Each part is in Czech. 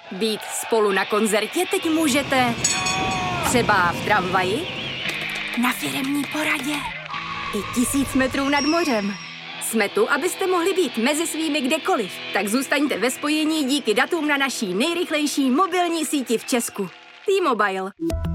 Být spolu na koncertě teď můžete třeba v tramvaji, na firemní poradě i 1000 metrů nad mořem. Jsme tu, abyste mohli být mezi svými kdekoliv. Tak zůstaňte ve spojení díky datům na naší nejrychlejší mobilní síti v Česku. T-Mobile.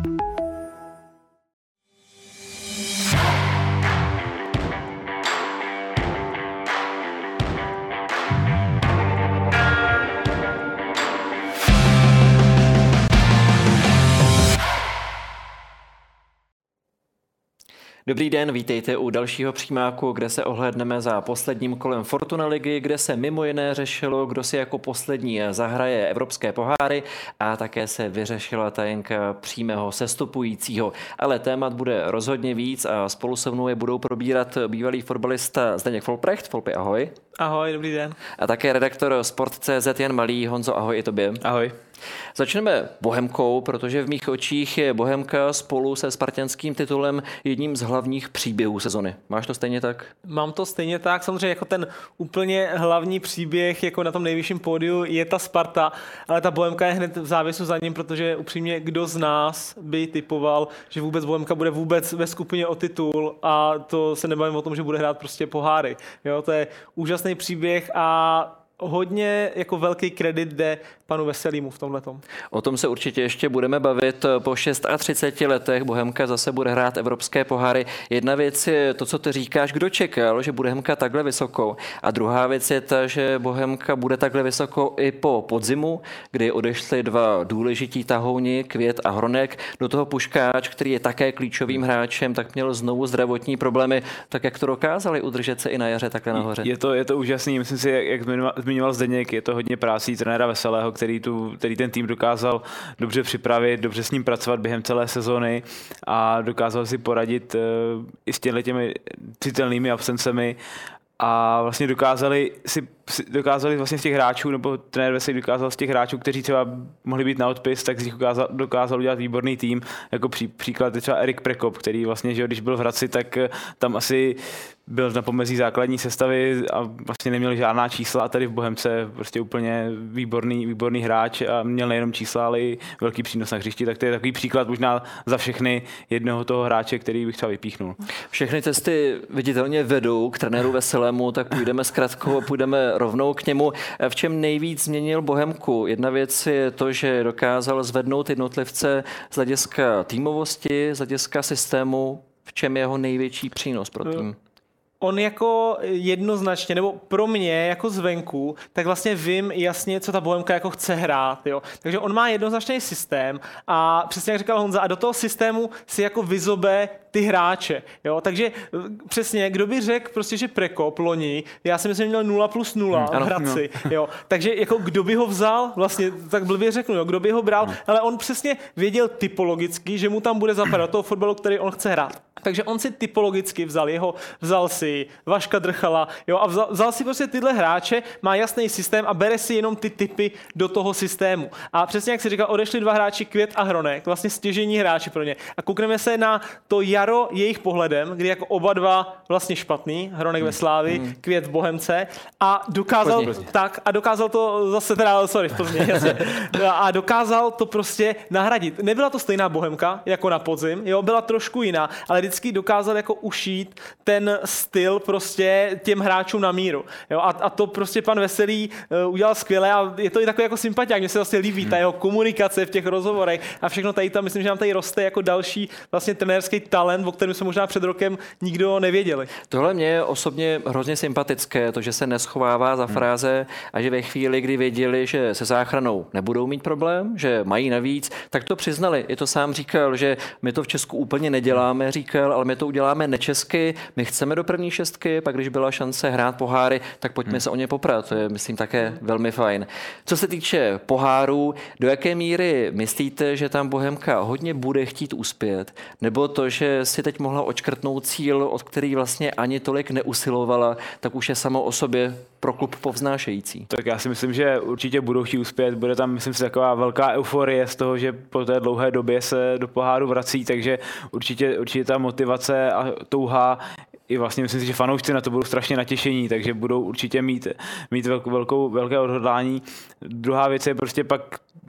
Dobrý den, vítejte u dalšího přímáku, kde se ohlédneme za posledním kolem Fortuna ligy, kde se mimo jiné řešilo, kdo si jako poslední zahraje evropské poháry a také se vyřešila tajenka přímého sestupujícího. Ale témat bude rozhodně víc a spolu se mnou je budou probírat bývalý fotbalista Zdeněk Folprecht. Folpi, ahoj. Ahoj, dobrý den. A také redaktor Sport.cz Jan Malý. Honzo, ahoj i tobě. Ahoj. Začneme Bohemkou, protože v mých očích je Bohemka spolu se spartanským titulem jedním z hlavních příběhů sezony. Máš to stejně tak? Mám to stejně tak. Samozřejmě jako ten úplně hlavní příběh jako na tom nejvyšším pódiu je ta Sparta, ale ta Bohemka je hned v závěsu za ním, protože upřímně kdo z nás by typoval, že vůbec Bohemka bude vůbec ve skupině o titul, a to se nebavím o tom, že bude hrát prostě poháry. Jo, to je úžasný příběh a hodně jako velký kredit jde panu Veselýmu v tomhletom. O tom se určitě ještě budeme bavit. Po 36 letech Bohemka zase bude hrát evropské poháry. Jedna věc je to, co ty říkáš, kdo čekal, že bude Bohemka takhle vysoko. A druhá věc je ta, že Bohemka bude takhle vysoko i po podzimu, kdy odešli dva důležití tahouni, Květ a Hronek. Do toho Puškáč, který je také klíčovým hráčem, tak měl znovu zdravotní problémy. Tak jak to dokázali udržet se i na jaře takhle nahoře? Je to úžasný. Myslím si, jak zmiňoval Zdeněk, je to hodně prácí trenéra Veselého, který ten tým dokázal dobře připravit, dobře s ním pracovat během celé sezony a dokázal si poradit i s těmi citelnými absencemi a vlastně dokázali vlastně z těch hráčů, nebo trenér Veselý dokázal z těch hráčů, kteří třeba mohli být na odpis, tak z nich dokázal udělat výborný tým. Jako příklad je třeba Erik Prekop, který vlastně, že když byl v Hradci, tak tam asi byl na pomezí základní sestavy a vlastně neměl žádná čísla, a tady v Bohemce prostě úplně výborný hráč a měl nejenom čísla, ale i velký přínos na hřišti, tak to je takový příklad možná za všechny jednoho toho hráče, který bych třeba vypíchnul. Všechny cesty viditelně vedou k trenéru Veselému, tak půjdeme zkratkou a půjdeme rovnou k němu. V čem nejvíc změnil Bohemku? Jedna věc je to, že dokázal zvednout jednotlivce z hlediska týmovosti, z hlediska systému. V čem je jeho největší přínos pro tým? On jako jednoznačně, nebo pro mě jako zvenku, tak vlastně vím jasně, co ta Bohemka jako chce hrát. Jo. Takže on má jednoznačný systém a přesně jak říkal Honza, a do toho systému si jako vyzobe ty hráče. Jo. Takže přesně, kdo by řekl prostě, že Prekop loni, já si myslím, že měl 0+0 v Hradci. Jo. Takže jako kdo by ho vzal, vlastně tak blbě řeknu, jo, kdo by ho bral, ale on přesně věděl typologicky, že mu tam bude zapadat toho fotbalu, který on chce hrát. Takže on si typologicky vzal si Vaška Drchala, jo, a vzal si prostě tyhle hráče, má jasný systém a bere si jenom ty typy do toho systému. A přesně jak si říkal, odešli dva hráči, Květ a Hronek, vlastně stěžejní hráči pro ně. A koukneme se na to jaro jejich pohledem, kdy jako oba dva vlastně špatný, Hronek ve Slávi, Květ v Bohemce, a dokázal to zase teda, v Plzni, jasně, a dokázal to prostě nahradit. Nebyla to stejná Bohemka jako na podzim, jo, byla trošku jiná, ale vždycky dokázal jako ušít ten styl prostě těm hráčům na míru. Jo? A to prostě pan Veselý udělal skvěle a je to i takový jako sympatiák. Mně se vlastně líbí ta jeho komunikace v těch rozhovorech a všechno tady tam, myslím, že nám tady roste jako další vlastně trenérský talent, o kterém jsme možná před rokem nikdo nevěděli. Tohle mě je osobně hrozně sympatické, to, že se neschovává za fráze a že ve chvíli, kdy věděli, že se záchranou nebudou mít problém, že mají navíc, tak to přiznali. I to sám říkal, že my to v Česku úplně neděláme, říkal, ale my to uděláme nečesky, my chceme do první šestky, pak když byla šance hrát poháry, tak pojďme se o ně poprat. To je, myslím, také velmi fajn. Co se týče pohárů, do jaké míry myslíte, že tam Bohemka hodně bude chtít uspět? Nebo to, že si teď mohla odškrtnout cíl, od který vlastně ani tolik neusilovala, tak už je samo o sobě pro klub povznášející? Tak já si myslím, že určitě budou chtít uspět. Bude tam, myslím si, taková velká euforie z toho, že po té dlouhé době se do poháru vrací, takže určitě ta motivace a touha, i vlastně myslím si, že fanoušci na to budou strašně natěšení, takže budou určitě mít velké odhodlání. Druhá věc je prostě pak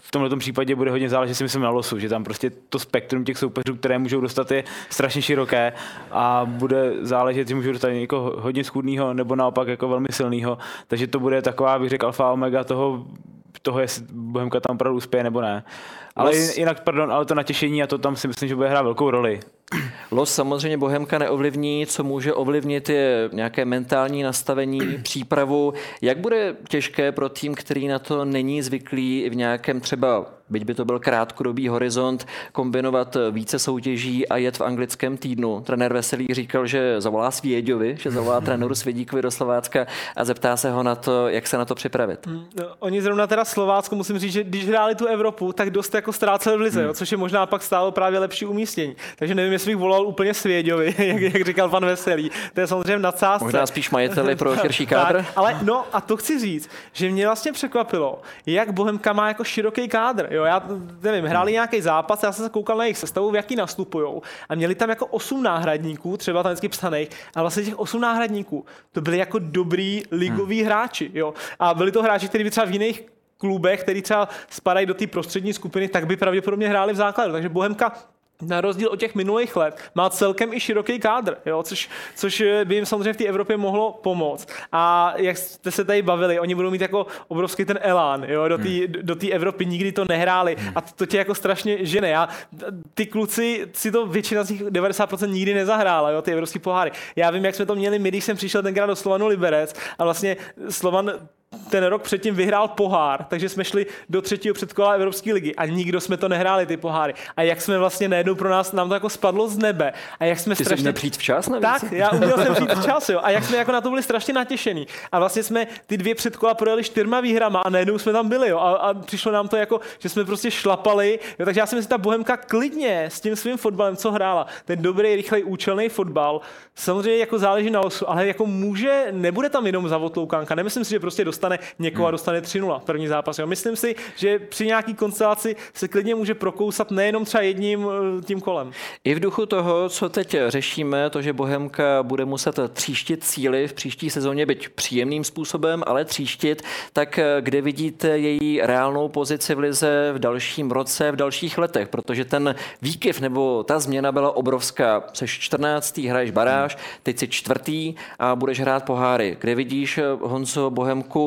v tomto případě bude hodně záležet, si myslím, na losu, že tam prostě to spektrum těch soupeřů, které můžou dostat, je strašně široké a bude záležet, že můžou dostat někoho hodně schůdného nebo naopak jako velmi silného. Takže to bude taková, bych řekl, alfa omega toho, jestli Bohemka tam opravdu uspěje nebo ne. Ale jinak, ale to natěšení a to tam si myslím, že bude hrát velkou roli. Los samozřejmě Bohemka neovlivní, co může ovlivnit je nějaké mentální nastavení, přípravu. Jak bude těžké pro tým, který na to není zvyklý v nějakém třeba, byť by to byl krátkodobý horizont, kombinovat více soutěží a jet v anglickém týdnu. Trenér Veselý říkal, že zavolá Svěďovi, že zavolá trenéru Svědíkovi do Slovácka a zeptá se ho na to, jak se na to připravit. Oni zrovna teda Slovácko, musím říct, že když hráli tu Evropu, tak dost jako ztráceli v lize, což je možná pak stálo právě lepší umístění. Takže nevím, jestli bych volal úplně Svěďovi, jak říkal pan Veselý. To je samozřejmě nadsázce. Možná spíš majiteli pro širší kádr. Tak, ale no a to chci říct, že mě vlastně překvapilo, jak Bohemka má jako široký kádr. Jo, já nevím, hráli nějaký zápas, já jsem se koukal na jejich sestavu, v jaký nastupujou a měli tam jako 8 náhradníků, třeba tam vždycky psaných, a vlastně těch 8 náhradníků, to byli jako dobrý ligoví hráči, jo. A byli to hráči, kteří by třeba v jiných klubech, který třeba spadají do té prostřední skupiny, tak by pravděpodobně hráli v základu. Takže Bohemka na rozdíl od těch minulých let má celkem i široký kádr, jo? Což by jim samozřejmě v té Evropě mohlo pomoct. A jak jste se tady bavili, oni budou mít jako obrovský ten elán, jo? Do té Evropy, nikdy to nehráli a to tě jako strašně žene. Ty kluci si to většina z nich 90% nikdy nezahrála, jo? Ty evropský poháry. Já vím, jak jsme to měli my, když jsem přišel tenkrát do Slovanu Liberec a vlastně Slovan ten rok předtím vyhrál pohár, takže jsme šli do 3. předkola Evropské ligy a nikdo jsme to nehráli, ty poháry. A jak jsme vlastně najednou nám to jako spadlo z nebe. A jak jsme Ty strašně... jsi měl přijít včas navíc? Tak, já uměl jsem přijít včas, jo. A jak jsme jako na to byli strašně natěšení. A vlastně jsme ty 2 předkola projeli 4 výhrama a najednou jsme tam byli, jo. A přišlo nám to jako, že jsme prostě šlapali, jo. Takže já si myslím, že ta Bohemka klidně s tím svým fotbalem, co hrála, ten dobrý, rychlej, účelný fotbal, samozřejmě jako záleží na losu, ale jako nebude tam jenom zavotloukanka. Nemyslím si, že prostě dostane někoho a dostane 3-0 první zápas. Jo. Myslím si, že při nějaký konstelaci se klidně může prokousat nejenom třeba jedním tím kolem. I v duchu toho, co teď řešíme, to, že Bohemka bude muset tříštit síly v příští sezóně, byť příjemným způsobem, ale tříštit, tak kde vidíte její reálnou pozici v lize v dalším roce, v dalších letech? Protože ten výkyv nebo ta změna byla obrovská. Seš 14. hraješ baráž, teď jsi 4. a budeš hrát poháry. Kde vidíš, Honzo, Bohemku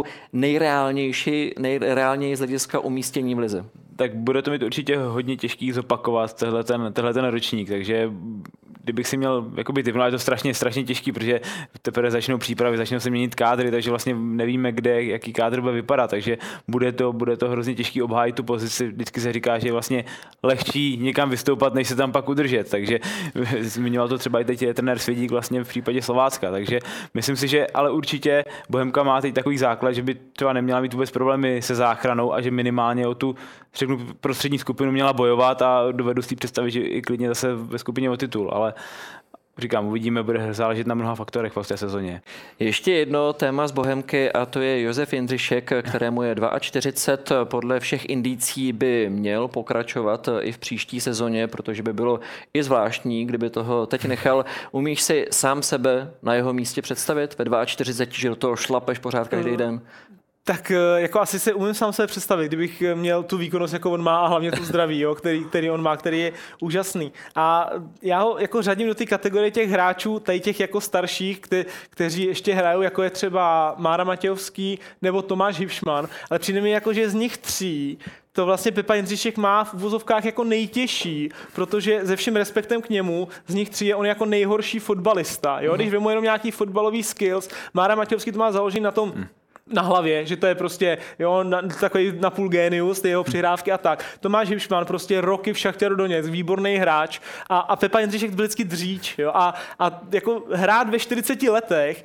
nejreálněji z hlediska umístění v lize? Tak bude to mít určitě hodně těžký zopakovat tenhle ten ročník, takže kdybych si měl jakoby typnout, je to strašně těžký, protože teprve začnou přípravy, začnou se měnit kádry, takže vlastně nevíme, kde, jaký kádr bude vypadat, takže bude to hrozně těžký obhájit tu pozici. Vždycky se říká, že je vlastně lehčí někam vystoupat, než se tam pak udržet, takže zmiňoval to třeba i teď trenér Svědík vlastně v případě Slovácka, takže myslím si, že ale určitě Bohemka má teď takový základ, že by třeba neměla mít vůbec problémy se záchranou a že minimálně o tu prostřední skupinu měla bojovat a dovedu si představit, že i klidně zase ve skupině o titul, ale říkám, uvidíme, bude záležet na mnoha faktorech v té sezóně. Ještě jedno téma z Bohemky a to je Josef Jindřišek, kterému je 42. Podle všech indicí by měl pokračovat i v příští sezóně, protože by bylo i zvláštní, kdyby toho teď nechal. Umíš si sám sebe na jeho místě představit ve 42, že do toho šlapeš pořád každý den? Tak jako asi se umím sám sebe představit, kdybych měl tu výkonnost, jako on má a hlavně tu zdraví, jo, který on má, který je úžasný. A já ho jako řadím do té kategorie těch hráčů, tady těch jako starších, kteří ještě hrajou, jako je třeba Mára Matějovský nebo Tomáš Hipšman, ale přijde mi jako, že z nich 3 to vlastně Pepa Jindřišek má v uvozovkách jako nejtěžší, protože se vším respektem k němu, z nich 3 je on jako nejhorší fotbalista. Jo? Když vemu jenom nějaký fotbalový skills, Mára Matějovský to má založený na tom, na hlavě, že to je prostě takový napůl génius, ty jeho přihrávky a tak. Tomáš Hipšman prostě roky v Šachtaru Doněck, výborný hráč a Pepa Jindřišek byl vždycky dříč. Jo? A jako hrát ve 40 letech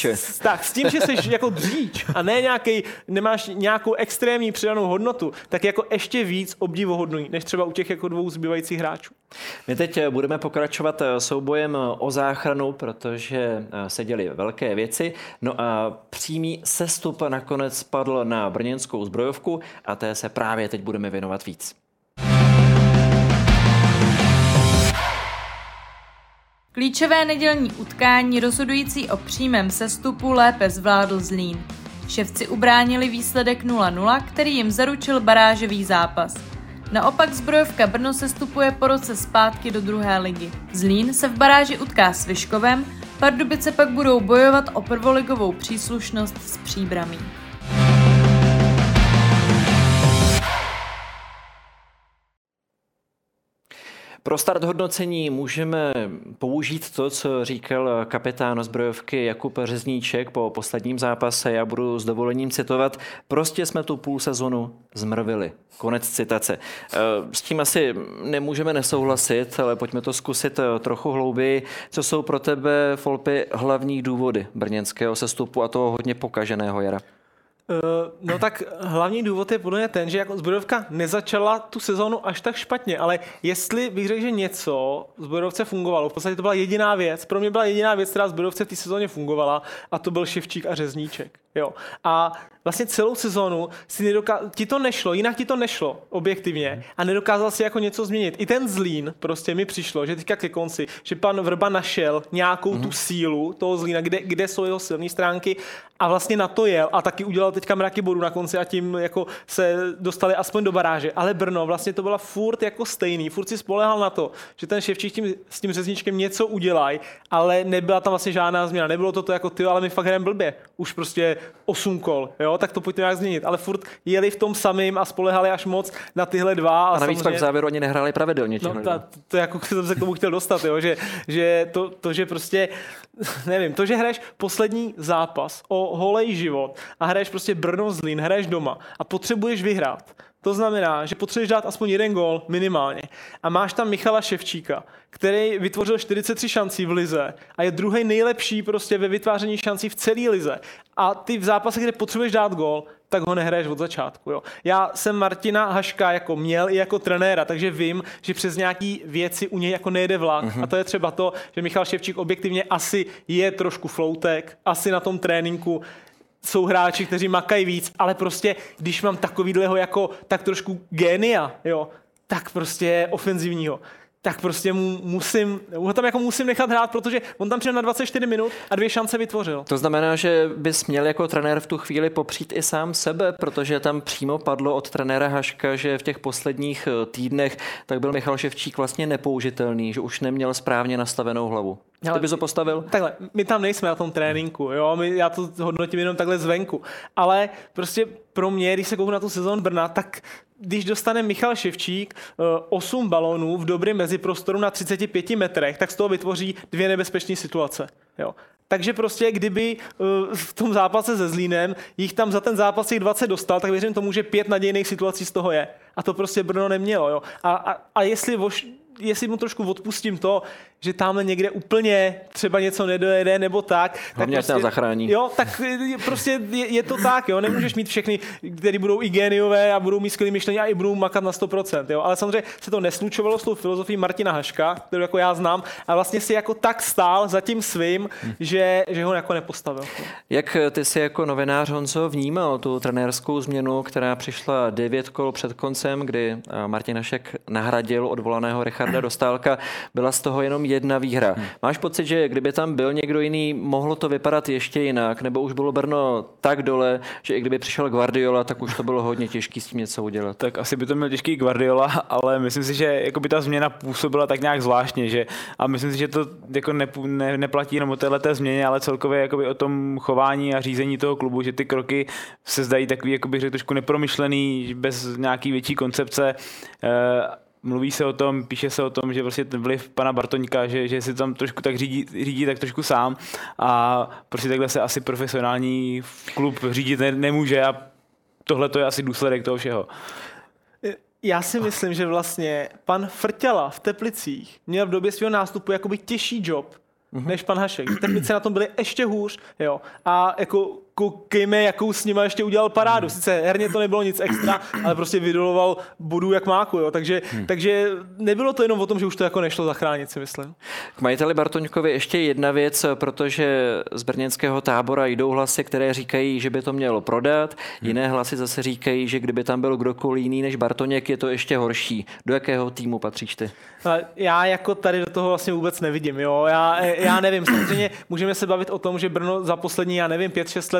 s tím, že jsi jako dříč a nemáš nějakou extrémní přidanou hodnotu, tak jako ještě víc obdivuhodný, než třeba u těch jako 2 zbývajících hráčů. My teď budeme pokračovat soubojem o záchranu, protože se děly velké věci. No a přímý sestup nakonec padl na brněnskou Zbrojovku a té se právě teď budeme věnovat víc. Klíčové nedělní utkání rozhodující o přímém sestupu lépe zvládl Zlín. Ševci ubránili výsledek 0-0, který jim zaručil barážový zápas. Naopak Zbrojovka Brno sestupuje po roce zpátky do druhé ligy. Zlín se v baráži utká s Vyškovem, Pardubice pak budou bojovat o prvoligovou příslušnost s Příbramí. Pro start hodnocení můžeme použít to, co říkal kapitán Zbrojovky Jakub Řezníček po posledním zápase. Já budu s dovolením citovat. Prostě jsme tu půl sezonu zmrvili. Konec citace. S tím asi nemůžeme nesouhlasit, ale pojďme to zkusit trochu hlouběji. Co jsou pro tebe, Folpy, hlavní důvody brněnského sestupu a toho hodně pokaženého jara? No tak hlavní důvod je podle mě ten, že jako Zbrojovka nezačala tu sezónu až tak špatně, ale jestli bych řekl, že něco v Zbrojovce fungovalo, v podstatě to byla jediná věc, pro mě byla jediná věc, která v Zbrojovce v té sezóně fungovala, a to byl Ševčík a Řezníček. Jo. A vlastně celou sezónu ti to nešlo, jinak ti to nešlo objektivně a nedokázal si jako něco změnit. I ten Zlín prostě mi přišlo, že teďka ke konci, že pan Vrba našel nějakou tu sílu toho Zlína, kde jsou jeho silné stránky a vlastně na to jel a taky udělal teďka mraky bodů na konci a tím jako se dostali aspoň do baráže. Ale Brno vlastně to byla furt jako stejný, furt si spolehal na to, že ten Ševčík s tím Řezníčkem něco udělají, ale nebyla tam vlastně žádná změna. Nebylo to jako ty, ale my fakt hrajeme blbě. Už prostě 8 kol, jo, tak to pojďme nějak změnit. Ale furt jeli v tom samým a spolehali až moc na tyhle dva. A navíc pak v závěru oni nehráli pravidelně. No, to jako jsem se k tomu chtěl dostat, jo, že prostě, nevím, to, že hraješ poslední zápas o holej život a hraješ prostě Brno Zlín, hraješ doma a potřebuješ vyhrát. To znamená, že potřebuješ dát aspoň jeden gól minimálně. A máš tam Michala Ševčíka, který vytvořil 43 šancí v lize a je druhý nejlepší prostě ve vytváření šancí v celé lize. A ty v zápasech, kde potřebuješ dát gól, tak ho nehraješ od začátku. Jo. Já jsem Martina Haška jako měl i jako trenéra, takže vím, že přes nějaký věci u něj jako nejede vlak. A to je třeba to, že Michal Ševčík objektivně asi je trošku floutek, asi na tom tréninku jsou hráči, kteří makají víc, ale prostě, když mám takovýhleho jako tak trošku génia, jo, tak prostě ofenzivního, tak prostě ho tam jako musím nechat hrát, protože on tam přijel na 24 minut a 2 šance vytvořil. To znamená, že bys měl jako trenér v tu chvíli popřít i sám sebe, protože tam přímo padlo od trenéra Haška, že v těch posledních týdnech tak byl Michal Ševčík vlastně nepoužitelný, že už neměl správně nastavenou hlavu. Ty bys ho postavil? Takhle, my tam nejsme na tom tréninku, jo? Já to hodnotím jenom takhle zvenku, ale prostě pro mě, když se kouknu na tu sezónu Brna, tak když dostane Michal Ševčík 8 balónů v dobrém meziprostoru na 35 metrech, tak z toho vytvoří 2 nebezpečné situace. Jo. Takže prostě, kdyby v tom zápase se Zlínem jich tam za ten zápas těch 20 dostal, tak věřím tomu, že 5 nadějných situací z toho je. A to prostě Brno nemělo. Jo. A jestli mu trošku odpustím to, že tamhle někde úplně třeba něco nedojede nebo tak prostě, zachrání. Jo, tak prostě je to tak, jo, nemůžeš mít všechny, kteří budou i géniové a budou mít skvělý myšlení a i budou makat na 100%, jo, ale samozřejmě se to neslučovalo s tou filozofií Martina Haška, kterou jako já znám, a vlastně si jako tak stál za tím svým, že ho jako nepostavil. Jak ty si jako novinář, Honzo, vnímal tu trenérskou změnu, která přišla 9 kol před koncem, kdy Martin Hašek nahradil odvolaného Richarda Dostálka, byla z toho jenom jedna výhra. Máš pocit, že kdyby tam byl někdo jiný, mohlo to vypadat ještě jinak, nebo už bylo Brno tak dole, že i kdyby přišel Guardiola, tak už to bylo hodně těžké s tím něco udělat? Tak asi by to měl těžký Guardiola, ale myslím si, že jako by ta změna působila tak nějak zvláštně, že a myslím si, že to jako neplatí jenom o téhleté změně, ale celkově jakoby o tom chování a řízení toho klubu, že ty kroky se zdají takový, jakoby řekl, trošku nepromyšlený, bez nějaký větší koncepce. Mluví se o tom, píše se o tom, že prostě ten vliv pana Bartoňka, že si tam trošku tak řídí tak trošku sám a prostě takhle se asi profesionální klub řídit nemůže a tohle to je asi důsledek toho všeho. Já si myslím, že vlastně pan Frťala v Teplicích měl v době svého nástupu jakoby těžší job než pan Hašek. Teplice na tom byly ještě hůř, jo. A jako koukejme, jakou s nima ještě udělal parádu. Sice herně to nebylo nic extra, ale prostě vydoloval bodů jak máku, jo. Takže nebylo to jenom o tom, že už to jako nešlo zachránit, si myslím. K majiteli Bartoňkovi ještě jedna věc, protože z brněnského tábora jdou hlasy, které říkají, že by to mělo prodat. Jiné hlasy zase říkají, že kdyby tam byl kdokoliv jiný než Bartoněk, je to ještě horší. Do jakého týmu patříš ty? Já jako tady do toho vlastně vůbec nevidím, jo. Já nevím, samozřejmě můžeme se bavit o tom, že Brno za poslední, 5-6 let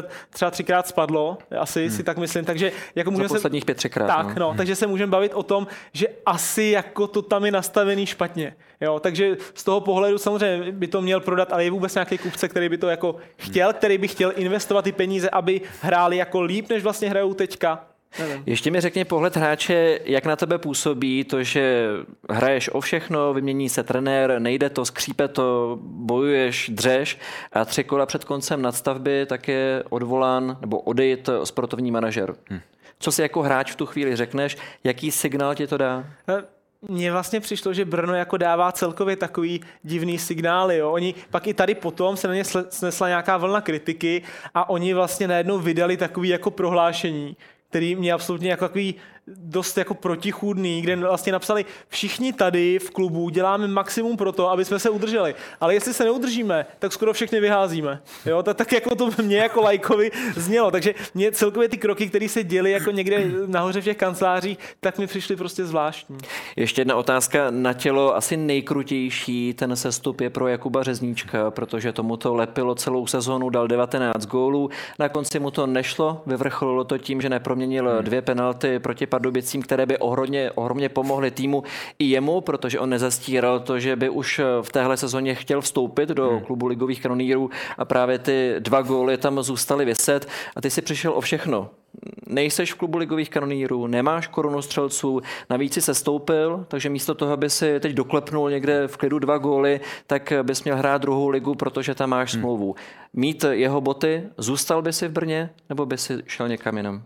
let třeba 3krát spadlo, asi si tak myslím, takže jako můžeme za posledních 5-3krát. Tak, no, takže se můžeme bavit o tom, že asi jako to tam je nastavený špatně. Jo, takže z toho pohledu samozřejmě by to měl prodat, ale je vůbec nějaký kupce, který by to jako chtěl, který by chtěl investovat ty peníze, aby hráli jako líp, než vlastně hrajou teďka. Nevím. Ještě mi řekni pohled hráče, jak na tebe působí to, že hraješ o všechno, vymění se trenér, nejde to, skřípe to, bojuješ, dřeš a 3 kola před koncem nadstavby tak je odvolán nebo odejít sportovní manažer. Co si jako hráč v tu chvíli řekneš, jaký signál ti to dá? Mně vlastně přišlo, že Brno jako dává celkově takový divný signály. Jo. Oni pak i tady potom se na ně snesla nějaká vlna kritiky a oni vlastně najednou vydali takový jako prohlášení, který mě absolutně jako takový dost jako protichůdný, kde vlastně napsali, všichni tady v klubu děláme maximum pro to, aby jsme se udrželi. Ale jestli se neudržíme, tak skoro všechny vyházíme. Jo, tak jako to mě jako lajkovi znělo. Takže mě celkově ty kroky, které se děly jako někde nahoře v těch kancelářích, tak mi přišly prostě zvláštní. Ještě jedna otázka na tělo. Asi nejkrutější ten sestup je pro Jakuba Řezníčka, protože tomu to lepilo celou sezonu, dal 19 gólů. Na konci mu to nešlo, vyvrcholilo to tím, že neproměnil 2 penalty proti Pardubicím, které by ohromně pomohly týmu i jemu, protože on nezastíral to, že by už v téhle sezóně chtěl vstoupit do klubu ligových kanonýrů a právě ty 2 góly tam zůstaly viset a ty si přišel o všechno. Nejseš v klubu ligových kanonýrů, nemáš korunu střelců, navíc si sestoupil, takže místo toho, aby si teď doklepnul někde v klidu 2 góly, tak bys měl hrát druhou ligu, protože tam máš smlouvu. Mít jeho boty, zůstal by si v Brně, nebo by si šel někam jinam?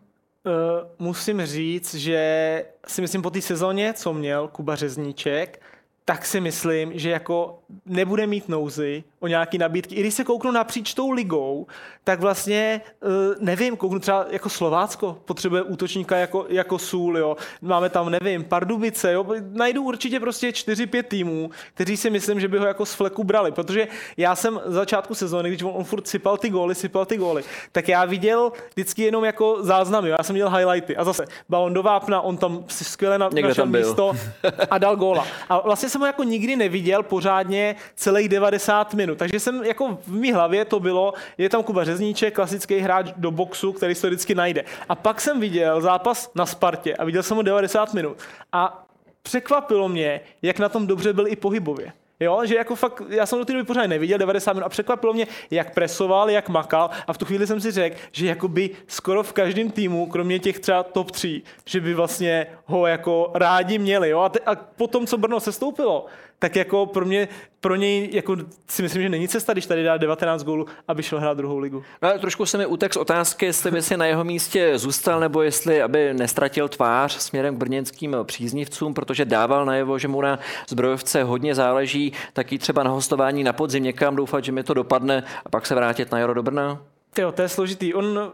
Musím říct, že si myslím po té sezóně, co měl Kuba Řezníček, tak si myslím, že jako nebude mít nouzy o nějaký nabídky. I když se kouknu napříč tou ligou, tak vlastně, nevím, kouknu třeba jako Slovácko, potřebuje útočníka jako sůl, jo. Máme tam, nevím, Pardubice, jo. Najdu určitě prostě 4-5 týmů, kteří si myslím, že by ho jako z fleku brali, protože já jsem z začátku sezóny, když on furt sypal ty góly, tak já viděl vždycky jenom jako záznamy, já jsem viděl highlighty a zase balon do vápna, on tam si skvěle našel místo a dal góla. A vlastně jsem ho jako nikdy neviděl pořádně celých 90 minut. Takže jsem jako v mý hlavě to bylo, je tam Kuba Řezníček, klasický hráč do boxu, který se vždycky najde. A pak jsem viděl zápas na Spartě a viděl jsem ho 90 minut. A překvapilo mě, jak na tom dobře byl i pohybově. Jo, že jako fakt, já jsem do té doby pořád neviděl 90 minut a překvapilo mě, jak presoval, jak makal a v tu chvíli jsem si řekl, že jakoby skoro v každém týmu, kromě těch třeba top 3, že by vlastně ho jako rádi měli. Jo? A potom, co Brno sestoupilo, tak jako pro něj jako si myslím, že není cesta, když tady dá 19 gólů, aby šel hrát druhou ligu. No, trošku se mi utek z otázky, jestli by si na jeho místě zůstal, nebo jestli aby nestratil tvář směrem k brněnským příznivcům, protože dával najevo, že mu na zbrojovce hodně záleží, taky třeba na hostování na podzim někam doufat, že mi to dopadne a pak se vrátit na jaro do Brna. Jo, to je složitý. On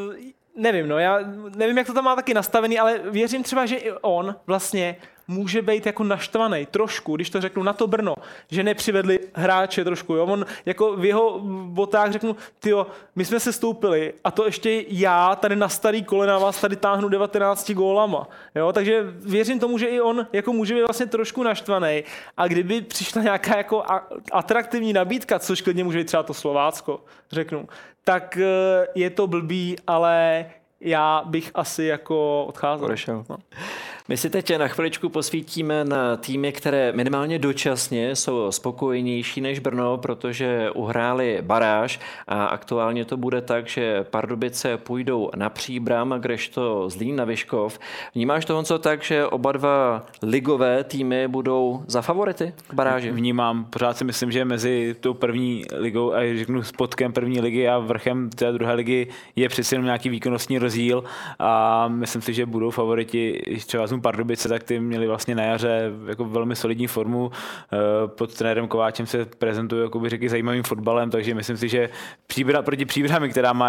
nevím, no, já nevím, jak to tam má taky nastavený, ale věřím třeba, že i on vlastně může být jako naštvaný trošku, když to řeknu na to Brno, že nepřivedli hráče trošku. Jo? On jako v jeho botách řeknu, tyjo, my jsme se stoupili a to ještě já tady na starý kolena vás tady táhnu 19 gólama. Jo? Takže věřím tomu, že i on jako může být vlastně trošku naštvaný a kdyby přišla nějaká jako atraktivní nabídka, což klidně může být třeba to Slovácko, řeknu, tak je to blbý, ale já bych asi jako odcházel. No. My si teď na chviličku posvítíme na týmy, které minimálně dočasně jsou spokojenější než Brno, protože uhráli baráž a aktuálně to bude tak, že Pardubice půjdou na Příbram, kdežto Zlín na Vyškov. Vnímáš to, Honzo, tak, že oba dva ligové týmy budou za favority k baráži? Vnímám, pořád si myslím, že mezi tou první ligou a řeknu spodkem první ligy a vrchem té druhé ligy je přeci jenom nějaký výkonnostní rozdíl a myslím si, že budou favoriti, třeba Pardubice, tak ty měli vlastně na jaře jako velmi solidní formu. Pod trenérem Kováčem se prezentují, jako by řekli, zajímavým fotbalem, takže myslím si, že proti Příbrami,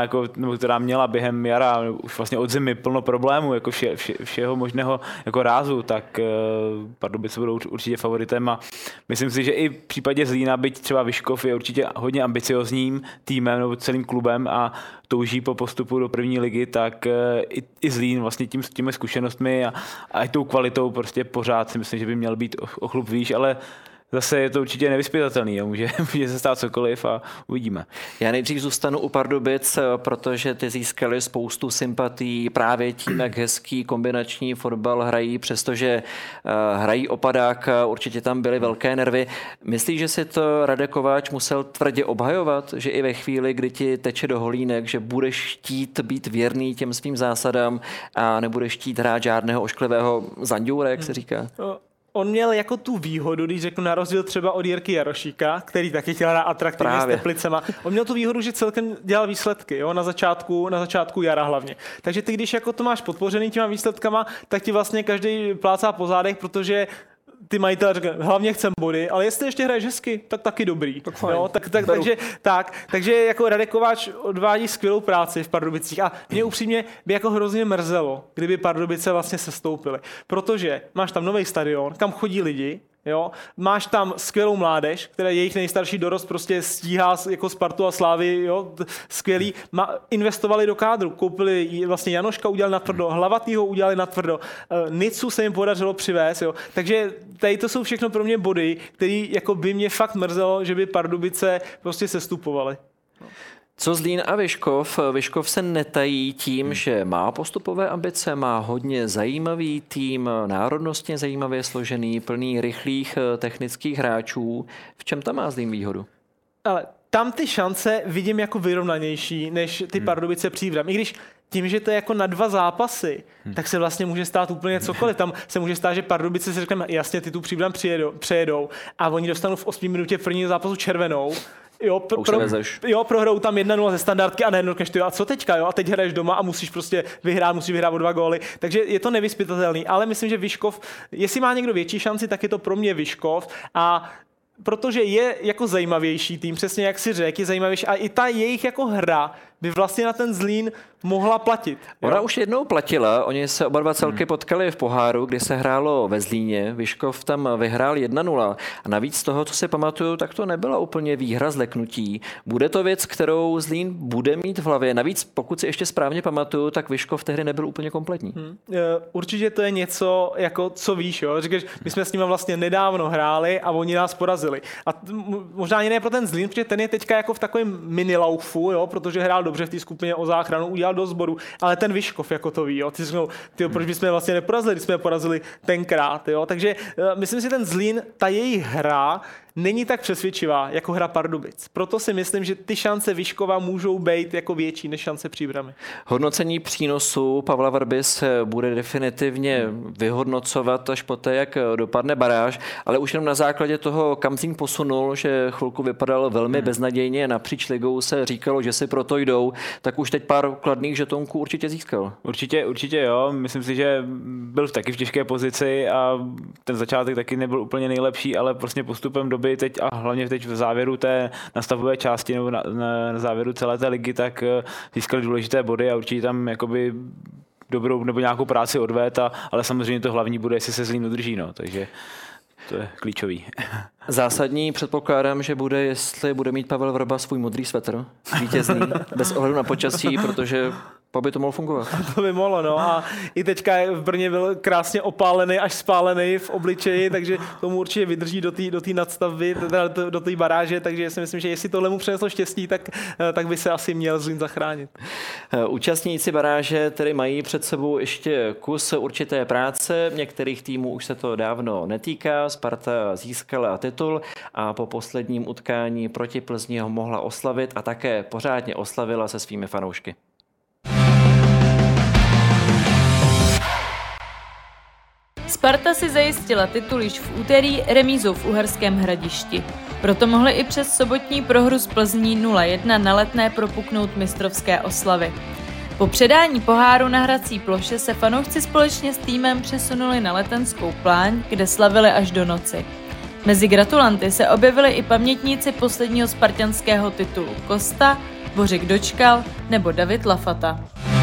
která měla během jara už vlastně od zimy plno problémů, jako všeho možného jako rázu, tak Pardubice budou určitě favoritem a myslím si, že i v případě Zlína, byť třeba Vyškov je určitě hodně ambiciozním týmem nebo celým klubem a touží po postupu do první ligy, tak i Zlín vlastně těmi zkušenostmi a i tou kvalitou prostě pořád si myslím, že by měl být o chlup výš, ale zase je to určitě nevyzpytatelný, jo. Může se stát cokoliv a uvidíme. Já nejdřív zůstanu u Pardubic, protože ty získali spoustu sympatií právě tím, jak hezký kombinační fotbal hrají, přestože hrají opadák, určitě tam byly velké nervy. Myslíš, že si to Radek Kováč musel tvrdě obhajovat, že i ve chvíli, kdy ti teče do holínek, že budeš chtít být věrný těm svým zásadám a nebudeš chtít hrát žádného ošklivého zanďoura, jak se říká? On měl jako tu výhodu, když řeknu na rozdíl třeba od Jirky Jarošíka, který taky chtěl hrát atraktivně s Teplicema. On měl tu výhodu, že celkem dělal výsledky, jo, na začátku jara hlavně. Takže ty, když jako to máš podpořený těma výsledkama, tak ti vlastně každý plácá po zádech, protože ty majitelé říkají, hlavně chcem body, ale jestli ještě hraješ hezky, tak taky dobrý. Takže jako Radek Kováč odvádí skvělou práci v Pardubicích a mě upřímně by jako hrozně mrzelo, kdyby Pardubice vlastně sestoupily. Protože máš tam nový stadion, kam chodí lidi, jo? Máš tam skvělou mládež, která jejich nejstarší dorost prostě stíhá jako Spartu a Slávy, jo? Skvělý. Investovali do kádru, koupili vlastně Janoška, udělali natvrdo, Hlavatýho udělali natvrdo, Nicu se jim podařilo přivést, jo? Takže tady to jsou všechno pro mě body, které jako by mě fakt mrzelo, že by Pardubice prostě sestupovaly. Co Zlín a Vyškov? Vyškov se netají tím, že má postupové ambice, má hodně zajímavý tým, národnostně zajímavě složený, plný rychlých technických hráčů. V čem tam má Zlín výhodu? Ale tam ty šance vidím jako vyrovnanější než ty Pardubice Příbram. I když tím, že to je jako na 2 zápasy, tak se vlastně může stát úplně cokoliv. Tam se může stát, že Pardubice si řekneme, jasně, ty tu Příbram přejedou a oni dostanou v 8 minutě prvního zápasu červenou. Prohrajou tam 1-0 ze standardky a najednou kažeš, a co teďka, jo? A teď hraješ doma a musíš prostě vyhrát o 2 góly. Takže je to nevyzpytatelný, ale myslím, že Vyškov, jestli má někdo větší šanci, tak je to pro mě Vyškov a protože je jako zajímavější tým, přesně jak si řekl, je zajímavější a i ta jejich jako hra by vlastně na ten Zlín mohla platit. Ona už jednou platila, oni se oba dva celky potkali v poháru, kdy se hrálo ve Zlíně, Vyškov tam vyhrál 1-0 a navíc z toho, co si pamatuju, tak to nebyla úplně výhra zleknutí. Bude to věc, kterou Zlín bude mít v hlavě. Navíc, pokud si ještě správně pamatuju, tak Vyškov tehdy nebyl úplně kompletní. Určitě to je něco, jako co víš, jo? Říkáš, my jsme s nimi vlastně nedávno hráli a oni nás porazili. A možná ani ne pro ten Zlín, protože ten je teďka jako v takovém minilaufu, jo? Protože hrál dobře v té skupině o záchranu, udělal do sboru, ale ten Vyškov jako to ví, jo. Ty řeknou, proč bychom vlastně neporazili, když jsme je porazili tenkrát, jo. Takže myslím si, ten Zlín, ta jejich hra není tak přesvědčivá jako hra Pardubic. Proto si myslím, že ty šance Vyškova můžou být jako větší než šance Příbramy. Hodnocení přínosu Pavla Vrby se bude definitivně vyhodnocovat až poté, jak dopadne baráž, ale už jenom na základě toho, kam Zlín posunul, že chvilku vypadal velmi beznadějně, napříč ligou se říkalo, že si proto jdou, tak už teď pár kladných žetonků určitě získal. Určitě jo, myslím si, že byl taky v těžké pozici a ten začátek taky nebyl úplně nejlepší, ale prostě postupem doby teď a hlavně teď v závěru té nastavové části nebo na závěru celé té ligy, tak získali důležité body a určitě tam jakoby dobrou nebo nějakou práci odvést, ale samozřejmě to hlavní bude, jestli se Zlín udrží, no, takže to je klíčový. Zásadní předpokládám, že bude, jestli bude mít Pavel Vrba svůj modrý svetr, vítězný, bez ohledu na počasí, protože by to mohlo fungovat. To by mohlo, no. A i teďka v Brně byl krásně opálený, až spálený v obličeji, takže tomu určitě vydrží do té nadstavby, do té baráže, takže si myslím, že jestli tohle mu přineslo štěstí, tak by se asi měl Zlín zachránit. Účastníci baráže tedy mají před sebou ještě kus určité práce, některých týmů už se to dávno netýká, Sparta získala titul a po posledním utkání proti Plzni ho mohla oslavit a také pořádně oslavila se svými fanoušky. Sparta si zajistila titul již v úterý remízou v Uherském Hradišti. Proto mohli i přes sobotní prohru z Plzní 0-1 na Letné propuknout mistrovské oslavy. Po předání poháru na hrací ploše se fanoušci společně s týmem přesunuli na Letenskou pláň, kde slavili až do noci. Mezi gratulanty se objevili i pamětníci posledního spartanského titulu Kosta, Bořek Dočkal nebo David Lafata.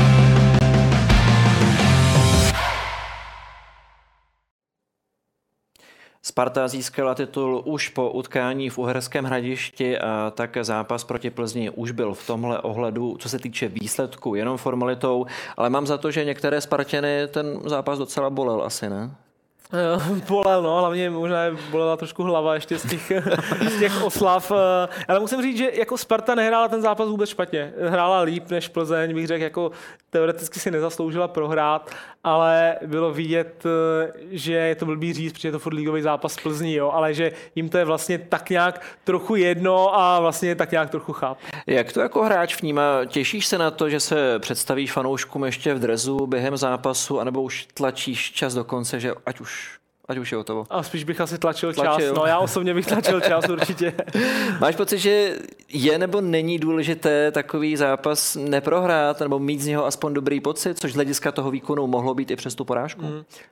Sparta získala titul už po utkání v Uherském Hradišti a tak zápas proti Plzni už byl v tomhle ohledu, co se týče výsledku, jenom formalitou, ale mám za to, že některé Spartany ten zápas docela bolel asi, ne? Bolel, no, hlavně možná bolela trošku hlava ještě z těch oslav. Ale musím říct, že jako Sparta nehrála ten zápas vůbec špatně. Hrála líp než Plzeň, bych řekl, jako teoreticky si nezasloužila prohrát, ale bylo vidět, že to blbý říct, protože je to furt ligový zápas z Plzní, jo, ale že jim to je vlastně tak nějak trochu jedno a vlastně tak nějak trochu cháp. Jak to jako hráč vnímá? Těšíš se na to, že se představíš fanouškům ještě v dresu během zápasu, anebo už tlačíš čas do konce, že ať už je hotovo? A spíš bych asi tlačil čas. No, já osobně bych tlačil čas určitě. Máš pocit, že je nebo není důležité takový zápas neprohrát, nebo mít z něho aspoň dobrý pocit, což z hlediska toho výkonu mohlo být i přes tu porážku?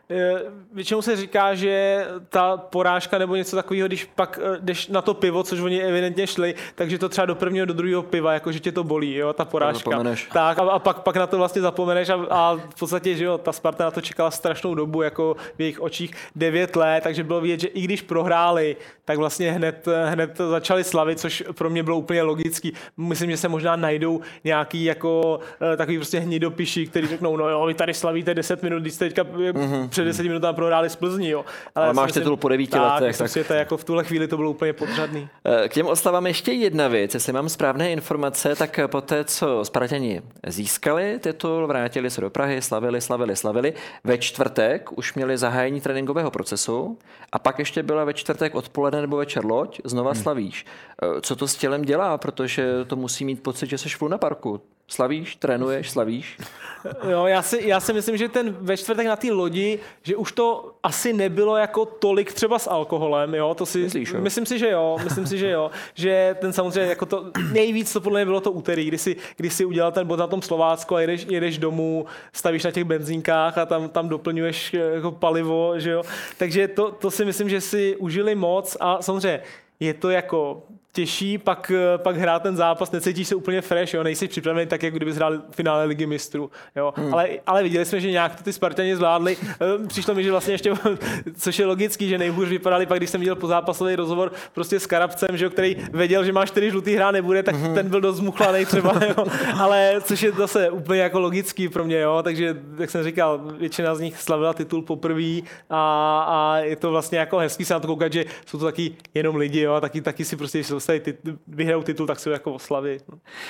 Většinou se říká, že ta porážka nebo něco takového, když pak jdeš na to pivo, což oni evidentně šli, takže to třeba do prvního, do druhého piva, jako že tě to bolí, jo, ta porážka. Tak a pak na to vlastně zapomeneš a v podstatě, že jo, ta Sparta na to čekala strašnou dobu, jako v jejich očích 9 let, takže bylo vidět, že i když prohráli, tak vlastně hned začali slavit, což pro mě bylo úplně logický. Myslím, že se možná najdou nějaký jako takový prostě hnidopiši, kteří řeknou, no jo, vy tady slavíte 10 minut, když jste teďka před 10 minutami prohráli z Plzní, jo. Ale máš titul po 9 letech. Tak jako v tuhle chvíli to bylo úplně podřadný. K těm oslavám ještě jedna věc, jestli mám správné informace, tak poté, co Spartani získali titul, vrátili se do Prahy, slavili. Ve čtvrtek už měli zahájení tréninkového procesu a pak ještě byla ve čtvrtek odpoledne nebo večer loď, znova slavíš. Co to s tělem dělá, protože to musí mít pocit, že jsi v Luna Parku. Slavíš, trénuješ, slavíš? Jo, já si myslím, že ten ve čtvrtek na té lodi, že už to asi nebylo jako tolik třeba s alkoholem, jo, to si, myslíš, jo? Myslím si, že jo, že ten samozřejmě jako to nejvíc to podle mě bylo to úterý, kdy si udělal ten bod na tom Slovácku a jedeš domů, stavíš na těch benzínkách a tam doplňuješ jako palivo, že jo, takže to si myslím, že si užili moc a samozřejmě je to jako těžší, pak hrát ten zápas, necítíš se úplně fresh, jo, nejsi připravený tak, jako kdyby hrál finále Ligy mistrů, jo. Ale viděli jsme, že nějak to ty Spartani zvládli. Přišlo mi, že vlastně ještě, což je logický, že nejhůř vypadali, pak když jsem viděl pozápasový rozhovor prostě s Karabcem, že jo, který věděl, že má 4 žlutý, hra nebude, tak ten byl dost zmuchlanej třeba, jo. Ale což je zase úplně jako logický pro mě, jo, takže jak jsem říkal, většina z nich slavila titul poprvé a je to vlastně jako hezký se na to koukat, že jsou to taky jenom lidi, jo, taky si prostě vyhrajou titul, tak se jako oslaví.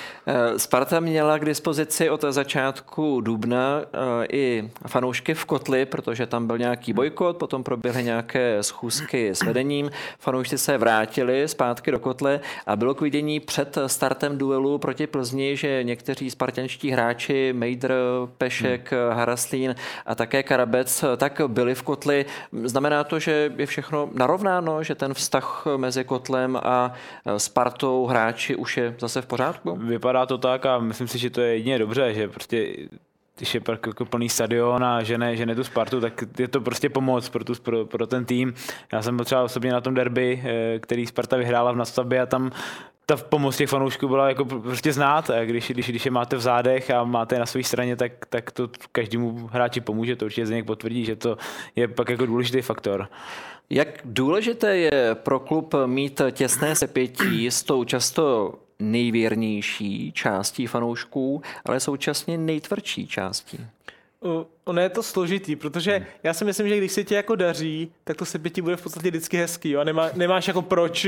Sparta měla k dispozici od začátku dubna i fanoušky v Kotli, protože tam byl nějaký bojkot, potom proběhly nějaké schůzky s vedením, fanoušci se vrátili zpátky do Kotle a bylo k vidění před startem duelu proti Plzni, že někteří spartanští hráči, Mejdr, Pešek, Haraslín a také Karabec, tak byli v Kotli. Znamená to, že je všechno narovnáno, že ten vztah mezi Kotlem a Spartou hráči už je zase v pořádku? Vypadá to tak a myslím si, že to je jedině dobře, že prostě když je jako plný stadion a žene tu Spartu, tak je to prostě pomoc pro ten tým. Já jsem byl třeba osobně na tom derby, který Sparta vyhrála v Nadstavbě a tam ta pomoc těch fanoušků byla jako prostě znát a když je máte v zádech a máte je na své straně, tak to každému hráči pomůže, to určitě Zdeněk potvrdí, že to je pak jako důležitý faktor. Jak důležité je pro klub mít těsné sepětí s tou často nejvěrnější částí fanoušků, ale současně nejtvrdší částí? Ono je to složitý, protože já si myslím, že když se ti jako daří, tak to sepětí bude v podstatě vždycky hezký, jo? Nemáš jako proč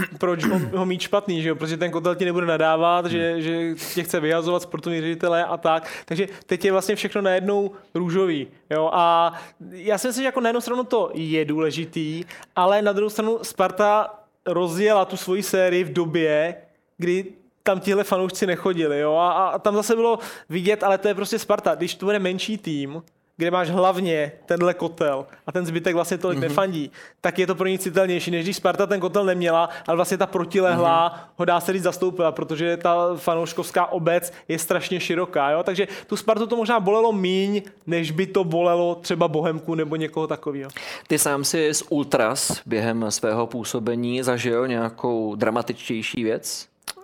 ho mít špatný, že jo? Protože ten kotel ti nebude nadávat, že tě chce vyhazovat sportovní ředitelé a tak, takže teď je vlastně všechno najednou růžový, jo? A já si myslím, že jako na jednu stranu to je důležitý, ale na druhou stranu Sparta rozjela tu svoji sérii v době, kdy tam tihle fanoušci nechodili, jo, a tam zase bylo vidět, ale to je prostě Sparta, když to bude menší tým, kde máš hlavně tenhle kotel a ten zbytek vlastně tolik nefandí, tak je to pro ní citelnější, než když Sparta ten kotel neměla, ale vlastně ta protilehlá ho dá se říct zastoupila, protože ta fanouškovská obec je strašně široká, jo, takže tu Spartu to možná bolelo míň, než by to bolelo třeba Bohemku nebo někoho takového. Ty sám si z Ultras během svého působení zažil nějakou dramatičtější věc?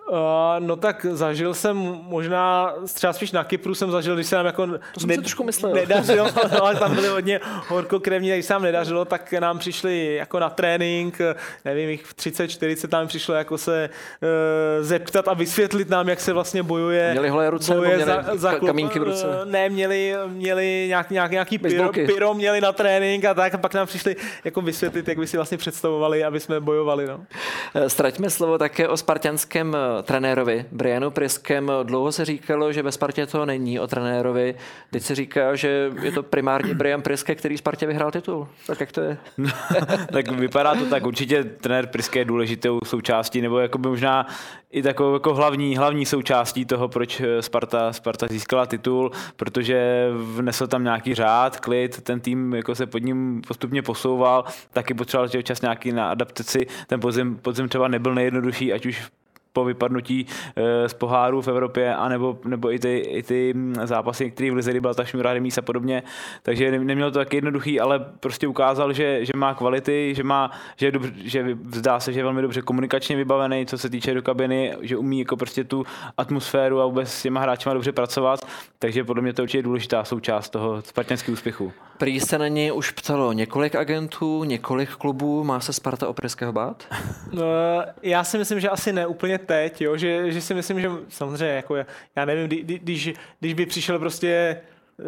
No tak zažil jsem možná, třeba spíš na Kypru jsem zažil, když se nám jako nedařilo, ale tam byli hodně horkokrevní, když se nám nedařilo, tak nám přišli jako na trénink, nevím, jich 30-40 tam přišlo jako se zeptat a vysvětlit nám, jak se vlastně bojuje. Měli holé ruce nebo měli kamínky v ruce? Ne, měli nějaký pyro měli na trénink a tak a pak nám přišli jako vysvětlit, jak by si vlastně představovali, aby jsme bojovali. No. Ztraťme slovo také o spartanském trenérovi, Brianu Priskem. Dlouho se říkalo, že ve Spartě to není o trenérovi. Teď se říká, že je to primárně Brian Priske, který Spartě vyhrál titul. Tak jak to je? Tak vypadá to tak. Určitě trenér Priske je důležitou součástí, nebo jakoby možná i takovou jako hlavní součástí toho, proč Sparta získala titul, protože vnesl tam nějaký řád, klid, ten tým jako se pod ním postupně posouval, taky potřeboval čas nějaký na adaptaci. Ten podzim třeba nebyl nejjednodušší, ať už po vypadnutí z pohárů v Evropě, nebo i ty zápasy, které v lize byla ta šňůra remíz a podobně. Takže nemělo to tak jednoduchý, ale prostě ukázal, že má kvality, že zdá se, že je velmi dobře komunikačně vybavený, co se týče do kabiny, že umí jako prostě tu atmosféru a vůbec s těma hráčima dobře pracovat. Takže podle mě to určitě je důležitá součást toho spartanského úspěchu. Prý se na něj už ptalo několik agentů, několik klubů. Má se Sparta o Priského bát? Já si myslím, že asi ne úplně teď, jo? Že si myslím, že samozřejmě, jako já nevím, když by přišel prostě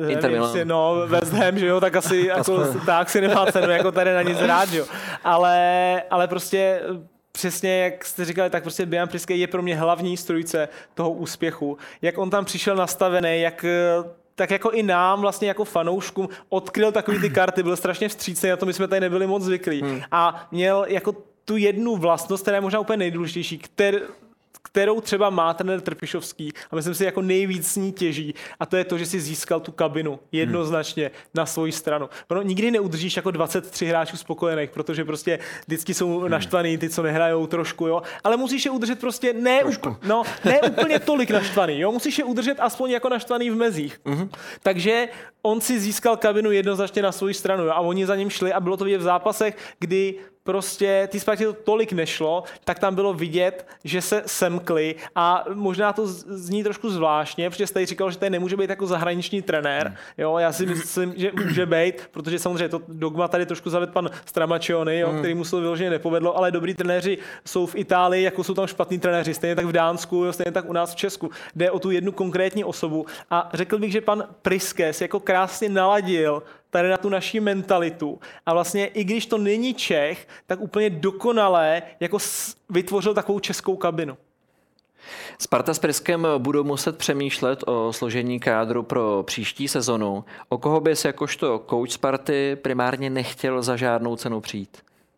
West Ham, že jo, tak asi jako, tak si nemá cenu jako tady na nic hrát, jo. Ale prostě přesně, jak jste říkali, tak prostě Brian Priske je pro mě hlavní strůjce toho úspěchu. Jak on tam přišel nastavený, tak jako i nám vlastně jako fanouškům odkryl takový ty karty, byl strašně vstřícný, na to my jsme tady nebyli moc zvyklí. A měl jako tu jednu vlastnost, která je možná úplně nejdůležitější, kterou třeba má trenér Trpišovský a myslím si, jako nejvíc s ní těží, a to je to, že si získal tu kabinu jednoznačně na svoji stranu. Ono nikdy neudržíš jako 23 hráčů spokojených, protože prostě vždycky jsou naštvaný, ty, co nehrajou trošku, jo, ale musíš je udržet prostě ne úplně tolik naštvaný, jo, musíš je udržet aspoň jako naštvaný v mezích. Takže on si získal kabinu jednoznačně na svoji stranu, jo, a oni za ním šli a bylo to vidět v zápasech, kdy prostě ty Spartě to tolik nešlo, tak tam bylo vidět, že se semkli a možná to zní trošku zvláštně, protože jste tady říkal, že tady nemůže být jako zahraniční trenér. Jo, já si myslím, že může být, protože samozřejmě to dogma tady trošku zavedl pan Stramaccioni, jo, který mu se vyloženě nepovedlo, ale dobrý trenéři jsou v Itálii, jako jsou tam špatní trenéři, stejně tak v Dánsku, jo, stejně tak u nás v Česku. Jde o tu jednu konkrétní osobu a řekl bych, že pan Priske si jako krásně naladil tady na tu naši mentalitu. A vlastně i když to není Čech, tak úplně dokonale jako vytvořil takovou českou kabinu. Sparta s Priskem budou muset přemýšlet o složení kádru pro příští sezonu. O koho bys jakožto coach Sparty primárně nechtěl za žádnou cenu přijít?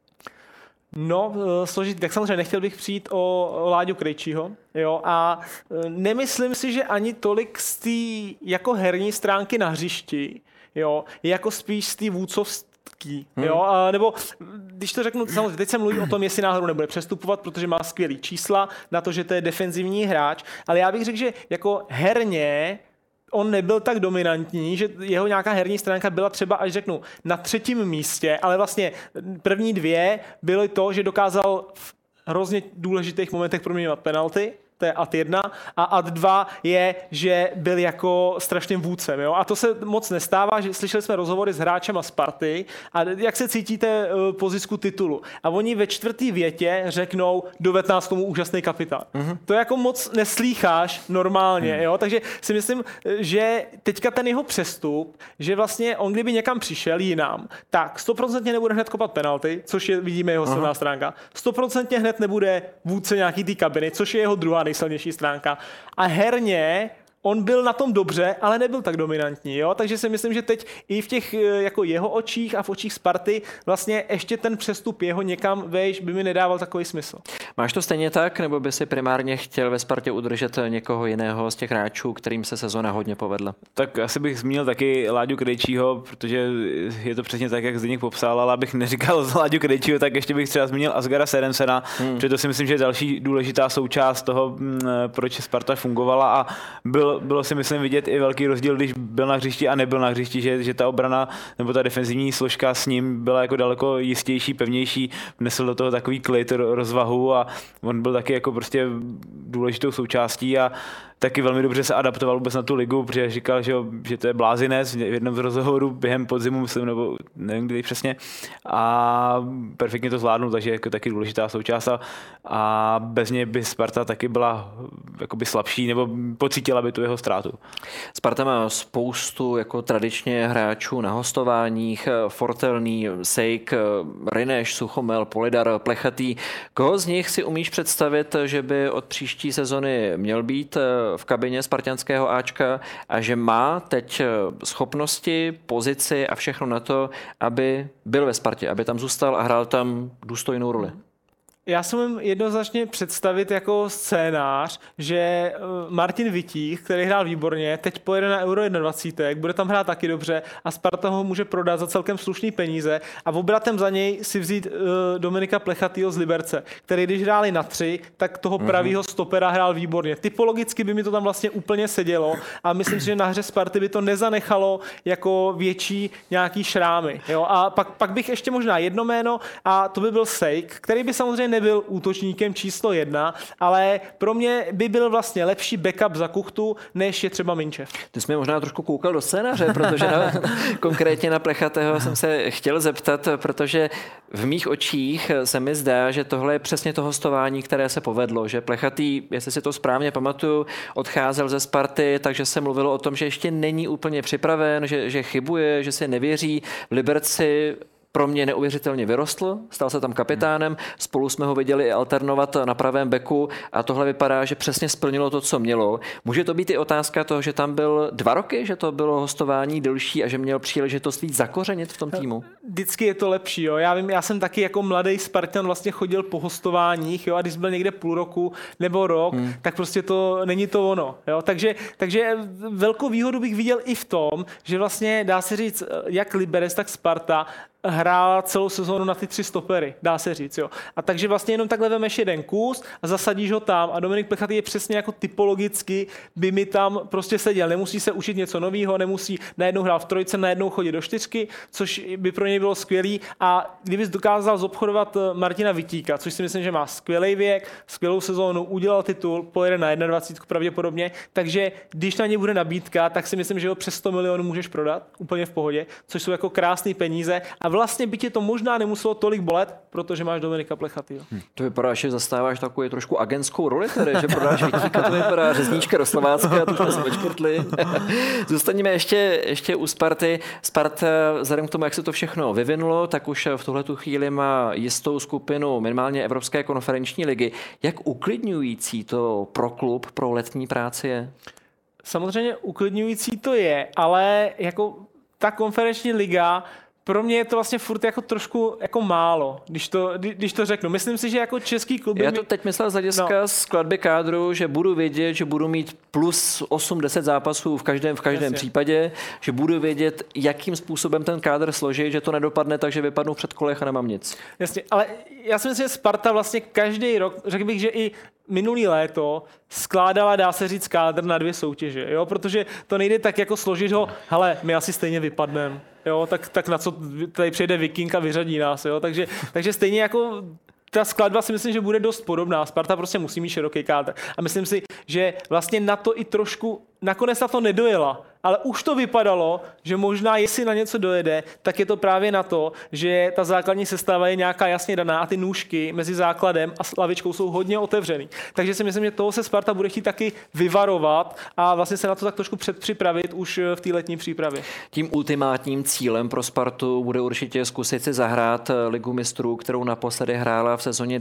No, složit, tak samozřejmě nechtěl bych přijít o Láďu Krejčího, jo, a nemyslím si, že ani tolik z té jako herní stránky na hřišti, jo, jako spíš z té vůdcovský, jo, nebo když to řeknu, samozřejmě teď se mluví o tom, jestli náhodou nebude přestupovat, protože má skvělý čísla na to, že to je defenzivní hráč, ale já bych řekl, že jako herně on nebyl tak dominantní, že jeho nějaká herní stránka byla třeba, až řeknu, na 3. místě, ale vlastně první 2 byly to, že dokázal v hrozně důležitých momentech proměňovat penalty, to je ad 1, a ad 2 je, že byl jako strašným vůdcem. Jo? A to se moc nestává, že slyšeli jsme rozhovory s hráčema Sparty a jak se cítíte po zisku titulu. A oni ve 4. větě řeknou, doved nás tomu úžasný kapitán. To jako moc neslýcháš normálně. Jo? Takže si myslím, že teďka ten jeho přestup, že vlastně on kdyby někam přišel jinam, tak 100% nebude hned kopat penalty, což je, vidíme jeho silná stránka. 100% hned nebude vůdce nějaký té kabiny, což je jeho druhá nejsilnější stránka. A herně on byl na tom dobře, ale nebyl tak dominantní, jo? Takže si myslím, že teď i v těch jako jeho očích a v očích Sparty vlastně ještě ten přestup jeho někam vejš by mi nedával takový smysl. Máš to stejně tak, nebo by si primárně chtěl ve Spartě udržet někoho jiného z těch hráčů, kterým se sezona hodně povedla? Tak asi bych zmínil taky Láďu Krejčího, protože je to přesně tak, jak Zdeněk popsal, ale abych neříkal z Láďu Krejčího, tak ještě bych třeba zmínil Asgara Serensena, protože to si myslím, že je další důležitá součást toho, proč Sparta fungovala, a bylo si myslím vidět i velký rozdíl, když byl na hřišti a nebyl na hřišti, že ta obrana nebo ta defenzivní složka s ním byla jako daleko jistější, pevnější, vnesl do toho takový klid, rozvahu a on byl taky jako prostě důležitou součástí a taky velmi dobře se adaptoval vůbec na tu ligu, protože říkal, že to je blázinec v jednom z rozhovorů během podzimu, myslím, nebo nevím kdy přesně, a perfektně to zvládnul, takže jako taky důležitá součást a bez něj by Sparta taky byla jakoby slabší, nebo pocítila by tu jeho ztrátu. Sparta má spoustu jako tradičně hráčů na hostováních, Fortelný, Sejk, Ryneš, Suchomel, Polidar, Plechatý. Koho z nich si umíš představit, že by od příští sezony měl být v kabině spartanského Ačka a že má teď schopnosti, pozici a všechno na to, aby byl ve Spartě, aby tam zůstal a hrál tam důstojnou roli? Já si můžu jednoznačně představit jako scénář, že Martin Vitík, který hrál výborně, teď pojede na Euro 21, bude tam hrát taky dobře a Sparta ho může prodat za celkem slušný peníze a obratem za něj si vzít Dominika Plechatýho z Liberce, který když hráli na 3, tak toho pravýho stopera hrál výborně. Typologicky by mi to tam vlastně úplně sedělo a myslím si, že na hře Sparty by to nezanechalo jako větší nějaký šrámy. Jo? A pak bych ještě možná jedno jméno a to by byl Sejk, který by samozřejmě nebyl útočníkem číslo 1, ale pro mě by byl vlastně lepší backup za Kuchtu, než je třeba Minčev. Ty jsi mě možná trošku koukal do scénáře, protože konkrétně na Plechatého jsem se chtěl zeptat, protože v mých očích se mi zdá, že tohle je přesně to hostování, které se povedlo, že Plechatý, jestli si to správně pamatuju, odcházel ze Sparty, takže se mluvilo o tom, že ještě není úplně připraven, že chybuje, že si nevěří. V Liberci pro mě neuvěřitelně vyrostl, stal se tam kapitánem, spolu jsme ho viděli i alternovat na pravém beku a tohle vypadá, že přesně splnilo to, co mělo. Může to být i otázka toho, že tam byl 2 roky, že to bylo hostování delší a že měl příležitost víc zakořenit v tom týmu? Vždycky je to lepší, jo. Já vím, já jsem taky jako mladý Spartan vlastně chodil po hostováních, jo, a když byl někde půl roku nebo rok, tak prostě to není to ono, jo. Takže velkou výhodu bych viděl i v tom, že vlastně dá se říct, jak Liberec, tak Sparta hrála celou sezónu na ty 3 stopery, dá se říct, jo. A takže vlastně jenom takhle vemeš jeden kus a zasadíš ho tam a Dominik Plechatý je přesně jako typologicky by mi tam prostě seděl. Nemusí se učit něco nového, nemusí najednou hrát v 3, najednou chodit do 4, což by pro něj bylo skvělý a kdybys dokázal zobchodovat Martina Vitíka, což si myslím, že má skvělý věk, skvělou sezónu, udělal titul, pojede na 21 pravděpodobně, takže když na něj bude nabídka, tak si myslím, že ho přes 100 milionů můžeš prodat úplně v pohodě, což jsou jako krásné peníze a vlastně by tě to možná nemuselo tolik bolet, protože máš Dominika Plechatýho. To vypadá, že zastáváš takovou trošku agentskou roli, tedy, že prodáš Vitíka, to vypadá řezníčka do Slovácka, to jsme se vyčkrtli. Zůstaňme ještě u Sparty. Sparta, vzhledem k tomu, jak se to všechno vyvinulo, tak už v tuhletu chvíli má jistou skupinu minimálně Evropské konferenční ligy. Jak uklidňující to pro klub, pro letní práci je? Samozřejmě uklidňující to je, ale jako ta konferenční liga pro mě je to vlastně furt jako trošku jako málo, když to řeknu. Myslím si, že jako český klub... Já to teď myslel z hlediska skladby kádru, že budu vědět, že budu mít plus 8-10 zápasů v každém případě, že budu vědět, jakým způsobem ten kádr složit, že to nedopadne tak, že vypadnu v předkolech a nemám nic. Jasně, ale já si myslím, že Sparta vlastně každý rok, řekl bych, že i minulý léto skládala, dá se říct, kádr na 2 soutěže, jo? Protože to nejde tak jako složit ho, hele, my asi stejně vypadneme. Jo, tak na co tady přijde Viking a vyřadí nás, jo? Takže stejně jako ta skladba si myslím, že bude dost podobná. Sparta prostě musí mít široký kádr. A myslím si, že vlastně na to i trošku, nakonec na to nedojela, ale už to vypadalo, že možná jestli na něco dojede, tak je to právě na to, že ta základní sestava je nějaká jasně daná a ty nůžky mezi základem a lavičkou jsou hodně otevřený. Takže si myslím, že toho se Sparta bude chtít taky vyvarovat a vlastně se na to tak trošku předpřipravit už v té letní přípravě. Tím ultimátním cílem pro Spartu bude určitě zkusit si zahrát Ligu mistrů, kterou naposledy hrála v sezóně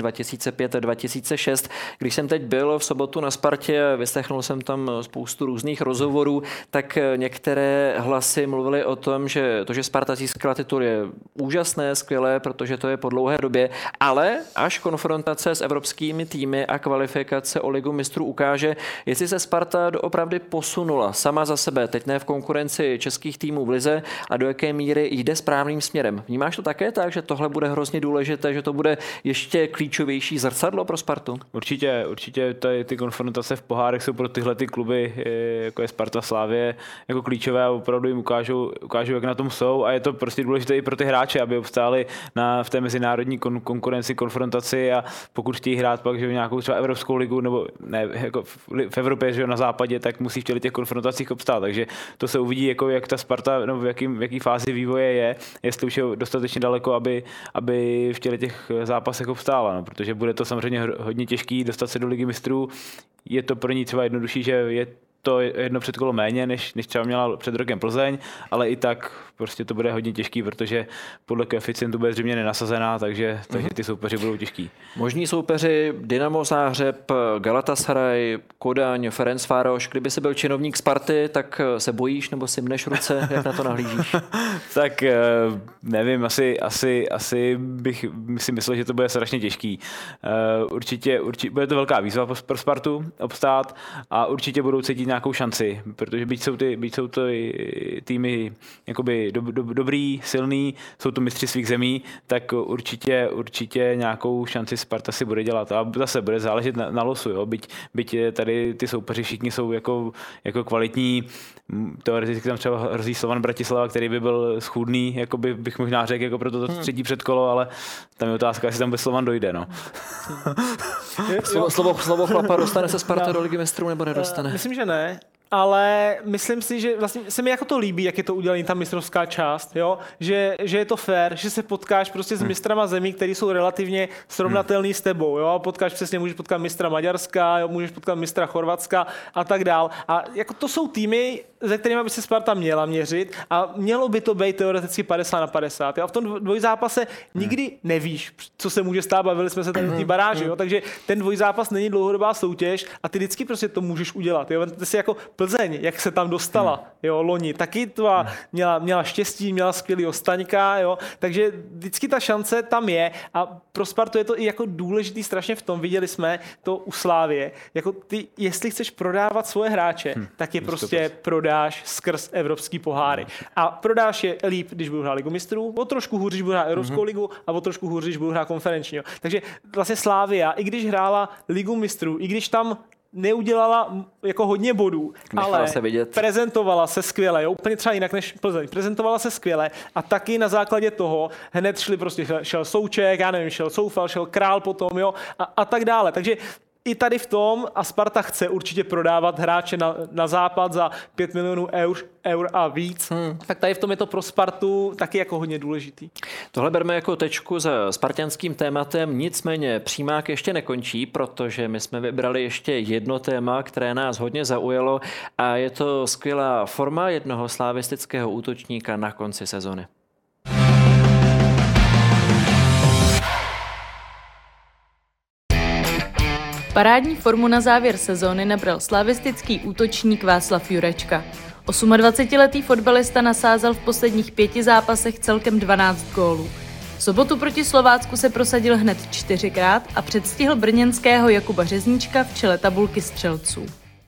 2005-2006. Když jsem teď byl v sobotu na Spartě, vyslechnul jsem tam spoustu různých rozhovorů, tak některé hlasy mluvily o tom, že to, že Sparta získala titul, je úžasné, skvělé, protože to je po dlouhé době, ale až konfrontace s evropskými týmy a kvalifikace o Ligu mistrů ukáže, jestli se Sparta doopravdy posunula sama za sebe, teď ne v konkurenci českých týmů v lize a do jaké míry jde správným směrem. Vnímáš to také tak, že tohle bude hrozně důležité, že to bude ještě klíčovější zrcadlo pro Spartu? Určitě ty konfrontace v pohárech jsou pro tyhle ty kluby, jako je Sparta, Slavie, jako klíčové a opravdu jim ukážou, jak na tom jsou a je to prostě důležité i pro ty hráče, aby obstáli v té mezinárodní konkurenci, konfrontaci a pokud chtějí hrát pak, že v nějakou třeba Evropskou ligu nebo ne, jako v Evropě, že na západě, tak musí v těch konfrontacích obstát, takže to se uvidí, jako jak ta Sparta nebo v jaký fázi vývoje je, jestli už je dostatečně daleko, aby v těch zápasech obstála, no, protože bude to samozřejmě hodně těžký dostat se do Ligy mistrů. Je to pro ní třeba jednodušší, že je to jedno předkolo méně, než třeba měla před rokem Plzeň, ale i tak prostě to bude hodně těžký, protože podle koeficientu bude zřejmě nenasazená, takže ty soupeři budou těžký. Možní soupeři Dynamo Záhřeb, Galatasaray, Kodaň, Ferencvároš. Kdyby jsi byl činovník Sparty, tak se bojíš nebo si mneš ruce? Jak na to nahlížíš? Tak nevím, asi bych si myslel, že to bude strašně těžký. Určitě bude to velká výzva pro Spartu obstát a určitě budou cítit nějakou šanci, protože byť jsou to týmy jakoby dobrý, silný, jsou to mistři svých zemí, tak určitě nějakou šanci Sparta si bude dělat. A zase bude záležet na losu, jo? Byť tady ty soupeři všichni jsou jako kvalitní. Teoreticky tam třeba hrozí Slovan Bratislava, který by byl schůdný, jako bych možná řekl, jako pro to třetí předkolo, ale tam je otázka, jestli tam by Slovan dojde. No. Slovo chlapa, dostane se Sparta do Ligy mistrů nebo nedostane? Myslím, že ne. Ale myslím si, že vlastně se mi jako to líbí, jak je to udělané ta mistrovská část, jo? Že je to fair, že se potkáš prostě s mistrama zemí, který jsou relativně srovnatelný s tebou, jo? Potkáš přesně, můžeš potkat mistra Maďarska, jo? Můžeš potkat mistra Chorvatska a tak dál. A jako to jsou týmy, se kterými by se Sparta měla měřit a mělo by to být teoreticky 50-50. Jo? A v tom dvojzápase nikdy nevíš, co se může stát, bavili jsme se tady o té baráži, jo? Takže ten dvojzápas není dlouhodobá soutěž a ty vždycky prostě to můžeš udělat. Jo? Ty si jako Plzeň, jak se tam dostala, jo, loni, taky to měla štěstí, měla skvělýho Staňka, jo, takže vždycky ta šance tam je a pro Spartu je to i jako důležitý strašně v tom, viděli jsme to u Slávie, jako ty, jestli chceš prodávat svoje hráče, tak je prostě prodáš skrz evropský poháry. A prodáš je líp, když budou hrát Ligu mistrů, o trošku hůř, když budou hrát Evropskou ligu a o trošku hůř, když budou hrát konferenční. Takže vlastně Slavia, i když hrála Ligu mistrů, i když tam neudělala jako hodně bodů, ale prezentovala se skvěle, jo? Úplně třeba jinak než Plzeň. Prezentovala se skvěle a taky na základě toho hned šel Souček, já nevím, šel Soufal, šel Král potom, jo? A tak dále. Takže i tady v tom a Sparta chce určitě prodávat hráče na západ za 5 milionů eur a víc. Tak tady v tom je to pro Spartu taky jako hodně důležitý. Tohle berme jako tečku za spartanským tématem, nicméně přímák ještě nekončí, protože my jsme vybrali ještě jedno téma, které nás hodně zaujalo a je to skvělá forma jednoho slavistického útočníka na konci sezony. Parádní formu na závěr sezóny nabral slavistický útočník Václav Jurečka. 28letý fotbalista nasázel v posledních 5 zápasech celkem 12 gólů. V sobotu proti Slovácku se prosadil hned 4krát a předstihl brněnského Jakuba Řezníčka v čele tabulky střelců.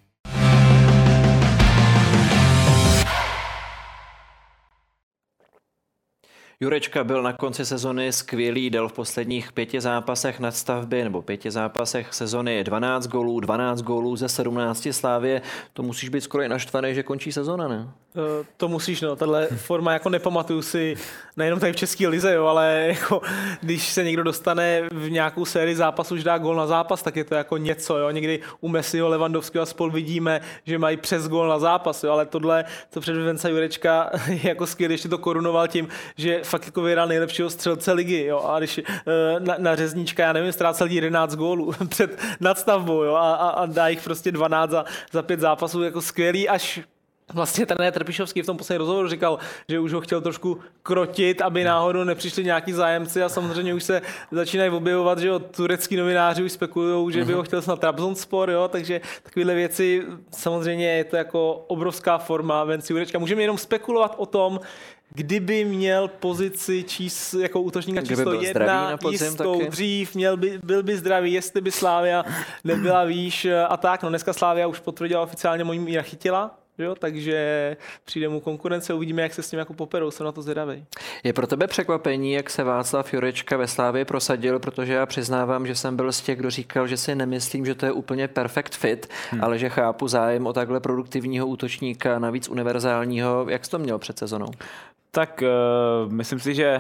Jurečka byl na konci sezony skvělý, dal v posledních 5 zápasech nadstavby nebo 5 zápasech sezony 12 gólů ze 17 Slávie. To musíš být skoro i naštvaný, že končí sezona, ne? To musíš, no. Tahle forma, jako nepamatuju si, nejenom tady v české lize, jo, ale jako, když se někdo dostane v nějakou sérii zápasů, že dá gól na zápas, tak je to jako něco, jo. Někdy u Messiho, Lewandowského a spol vidíme, že mají přes gól na zápas, jo, ale tohle, to předvedl Venca Jurečka, jako skvělý, ještě to korunoval tím, že fakt jako vyhrál nejlepšího střelce ligy, jo, a když na Řezníčka, já nevím, ztrácel 11 gólů před nadstavbou, jo, a dá jich prostě 12 za 5 zápasů, jako skvělý, až vlastně trenér Trpišovský v tom posledním rozhovoru říkal, že už ho chtěl trošku krotit, aby náhodou nepřišli nějaký zájemci a samozřejmě už se začínají objevovat, že turecký novináři už spekulují, že by ho chtěl snad Trabzonspor, jo, takže takovéhle věci, samozřejmě je to jako obrovská forma Venci Jurečka. Můžeme jenom spekulovat o tom, kdyby měl pozici jako útočníka číslo 1 jistou taky dřív, byl by zdravý, jestli by Slavia nebyla výš a tak. No dneska Slavia už potvrdila oficiálně Mojmíra Chytila, jo? Takže přijde mu konkurence, uvidíme, jak se s ním jako poperou, jsem na to zvědavej. Je pro tebe překvapení, jak se Václav Jurečka ve Slavii prosadil, protože já přiznávám, že jsem byl z těch, kdo říkal, že si nemyslím, že to je úplně perfect fit, ale že chápu zájem o takhle produktivního útočníka, navíc univerzálního. Jak jsi to měl před sezonou? Tak myslím si, že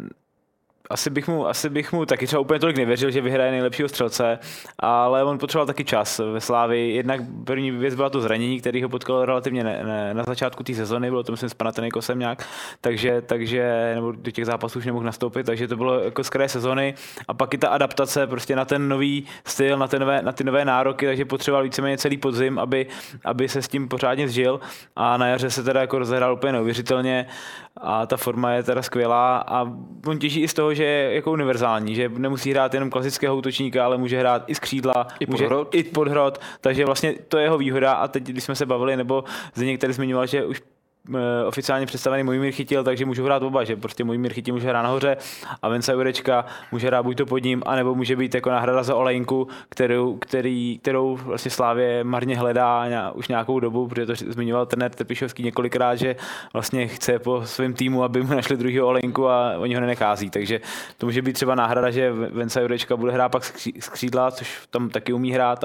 asi bych mu taky třeba úplně tolik nevěřil, že vyhraje nejlepšího střelce, ale on potřeboval taky čas ve Slávii. Jednak první věc byla to zranění, který ho potkalo relativně na začátku té sezony, bylo to myslím s Panathinaikosem nějak, takže nebo do těch zápasů už nemohl nastoupit, takže to bylo jako z kraje sezony a pak i ta adaptace prostě na ten nový styl, na ty nové nároky, takže potřeboval víceméně celý podzim, aby se s tím pořádně zžil a na jaře se teda jako rozehrál úplně neuvěřitelně a ta forma je teda skvělá a on těží i z toho, že je jako univerzální, že nemusí hrát jenom klasického útočníka, ale může hrát i z křídla, i podhrot, takže vlastně to je jeho výhoda a teď, když jsme se bavili, nebo Zdeněk tady zmiňoval, že už oficiálně představený Mojmír Chytil, takže můžu hrát oba, že prostě Mojmír Chytil může hrát nahoře a Venca Jurečka může hrát buď to pod ním, anebo může být jako náhrada za Olejnku, kterou vlastně Slavie marně hledá už nějakou dobu, protože to zmiňoval trenér Trpišovský několikrát, že vlastně chce po svém týmu, aby mu našli druhýho Olejnku a oni ho nenechází, takže to může být třeba náhrada, že Venca Jurečka bude hrát pak z křídla, což tam taky umí hrát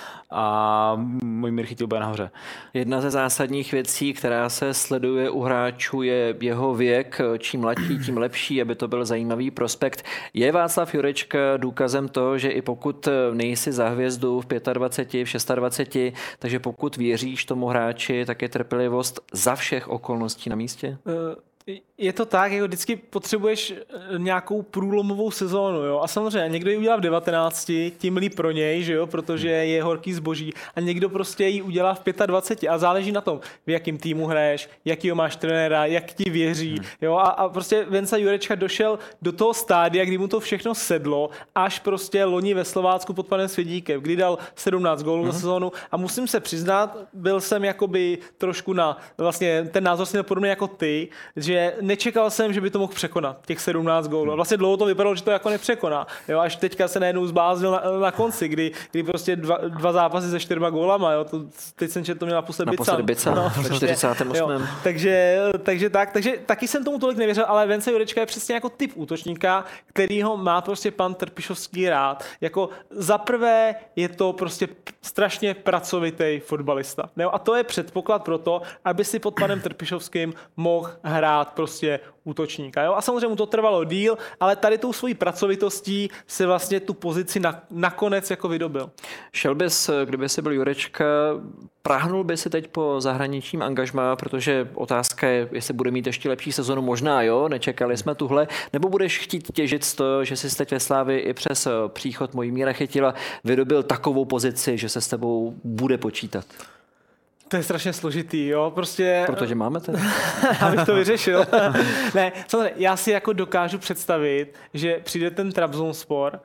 a Mojmír Chytil bude nahoře. Jedna ze zásadních věcí, která se sleduje u hráčů, je jeho věk. Čím mladší, tím lepší, aby to byl zajímavý prospekt. Je Václav Jurečka důkazem toho, že i pokud nejsi za hvězdu v 25, v 26, takže pokud věříš tomu hráči, tak je trpělivost za všech okolností na místě? Je to tak, jako vždycky potřebuješ nějakou průlomovou sezónu, jo. A samozřejmě někdo ji udělá v 19, tím líp pro něj, že jo, protože je horký zboží. A někdo prostě ji udělá v 25 a záleží na tom, v jakým týmu hraješ, jakýho máš trenéra, jak ti věří, jo. A prostě Venca Jurečka došel do toho stádia, kdy mu to všechno sedlo, až prostě loni ve Slovácku pod panem Svědíkem, kdy dal 17 gólů za sezónu a musím se přiznat, byl jsem jakoby trošku vlastně ten názor si podobný jako ty, že nečekal jsem, že by to mohl překonat, těch 17 gólů. A vlastně dlouho to vypadalo, že to jako nepřekoná. Jo, až teďka se najednou zbláznil na konci, kdy prostě dva zápasy se 4 gólama. Jo. Teď jsem to měl naposled Bican. No, v 48. Jo. Takže taky jsem tomu tolik nevěřil, ale Venca Jurečka je přesně jako typ útočníka, kterýho má prostě pan Trpišovský rád. Jako za prvé je to prostě strašně pracovitý fotbalista. Jo. A to je předpoklad pro to, aby si pod panem Trpišovským mohl hrát prostě útočníka. Jo? A samozřejmě mu to trvalo díl, ale tady tou svojí pracovitostí se vlastně tu pozici nakonec jako vydobil. Šel bys, kdyby jsi byl Jurečka, prahnul by si teď po zahraničním angažmá, protože otázka je, jestli bude mít ještě lepší sezonu, možná jo, nečekali jsme tuhle, nebo budeš chtít těžit z toho, že jsi teď ve Slávii i přes příchod Mojmíra Chytila vydobil takovou pozici, že se s tebou bude počítat? To je strašně složitý, jo, prostě... Protože máme to. Abych to vyřešil. Ne, samozřejmě, já si jako dokážu představit, že přijde ten Trabzonspor,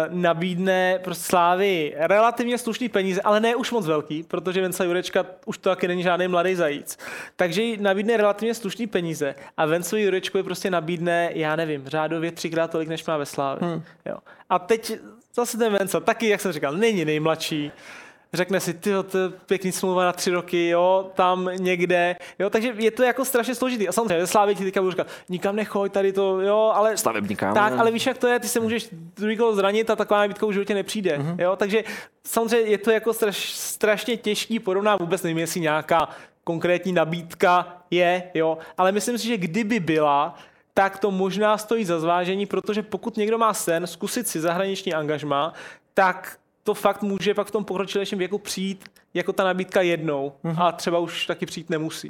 nabídne prostě Slávii relativně slušný peníze, ale ne už moc velký, protože Venca Jurečka už to taky není žádný mladý zajíc. Takže jí nabídne relativně slušný peníze a Vencovi Jurečkovi prostě nabídne, já nevím, řádově 3x tolik, než má ve Slávii. Jo. A teď zase ten Venca, taky, jak jsem říkal, není nejmladší. Řekne si, tyjo, to je pěkný smlouva na 3 roky, jo, tam někde, jo, takže je to jako strašně složitý. A samozřejmě ve Slávii ti teďka budu říkat, nikam nechoď, tady to, jo, ale... Stavebníkám. Tak, ale víš, jak to je, ty se můžeš druhý kolo zranit a taková nabídka už v životě nepřijde, jo, takže samozřejmě je to jako strašně těžký porovnat, vůbec nevím, jestli nějaká konkrétní nabídka je, jo, ale myslím si, že kdyby byla, tak to možná stojí za zvážení, protože pokud někdo má sen zkusit si zahraniční angažmá, tak to fakt může pak v tom pokročilejším věku přijít jako ta nabídka jednou a třeba už taky přijít nemusí.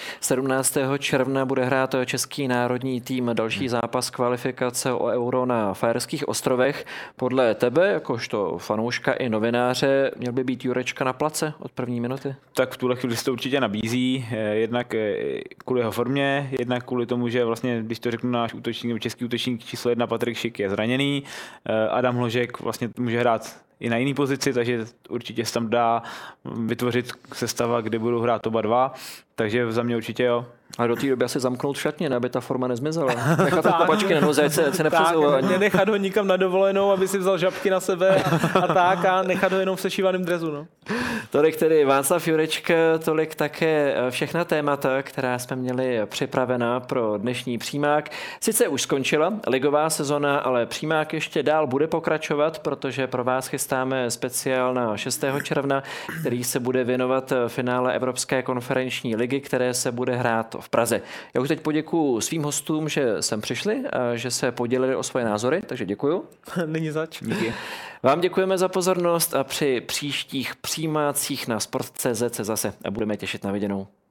17. června bude hrát český národní tým další zápas kvalifikace o Euro na Faerských ostrovech. Podle tebe, jakožto fanouška i novináře, měl by být Jurečka na place od první minuty? Tak v tuhle chvíli se to určitě nabízí, jednak kvůli jeho formě, jednak kvůli tomu, že vlastně, když to řeknu, náš útočník, český útočník číslo 1 Patrik Šik je zraněný, Adam Hložek vlastně může hrát i na jiný pozici, takže určitě se tam dá vytvořit sestava, kde budou hrát oba dva, takže za mě určitě jo. A do té doby asi zamknout šatně, aby ta forma nezmizela. Nechat tam kopačky na noze, ať se nepřezoval. Nechat ho nikam na dovolenou, aby si vzal žabky na sebe a nechat ho jenom v sešívaném drezu. No. Tolik tedy Václav Jurečka, tolik také všechna témata, která jsme měli připravena pro dnešní přímák. Sice už skončila ligová sezona, ale přímák ještě dál bude pokračovat, protože pro vás chystáme speciál na 6. června, který se bude věnovat finále Evropské konferenční ligy, které se bude hrát v Praze. Já už teď poděkuju svým hostům, že sem přišli a že se podělili o svoje názory, takže děkuju. Není zač. Díky. Vám děkujeme za pozornost a při příštích přímácích na sport.cz se zase budeme těšit na viděnou.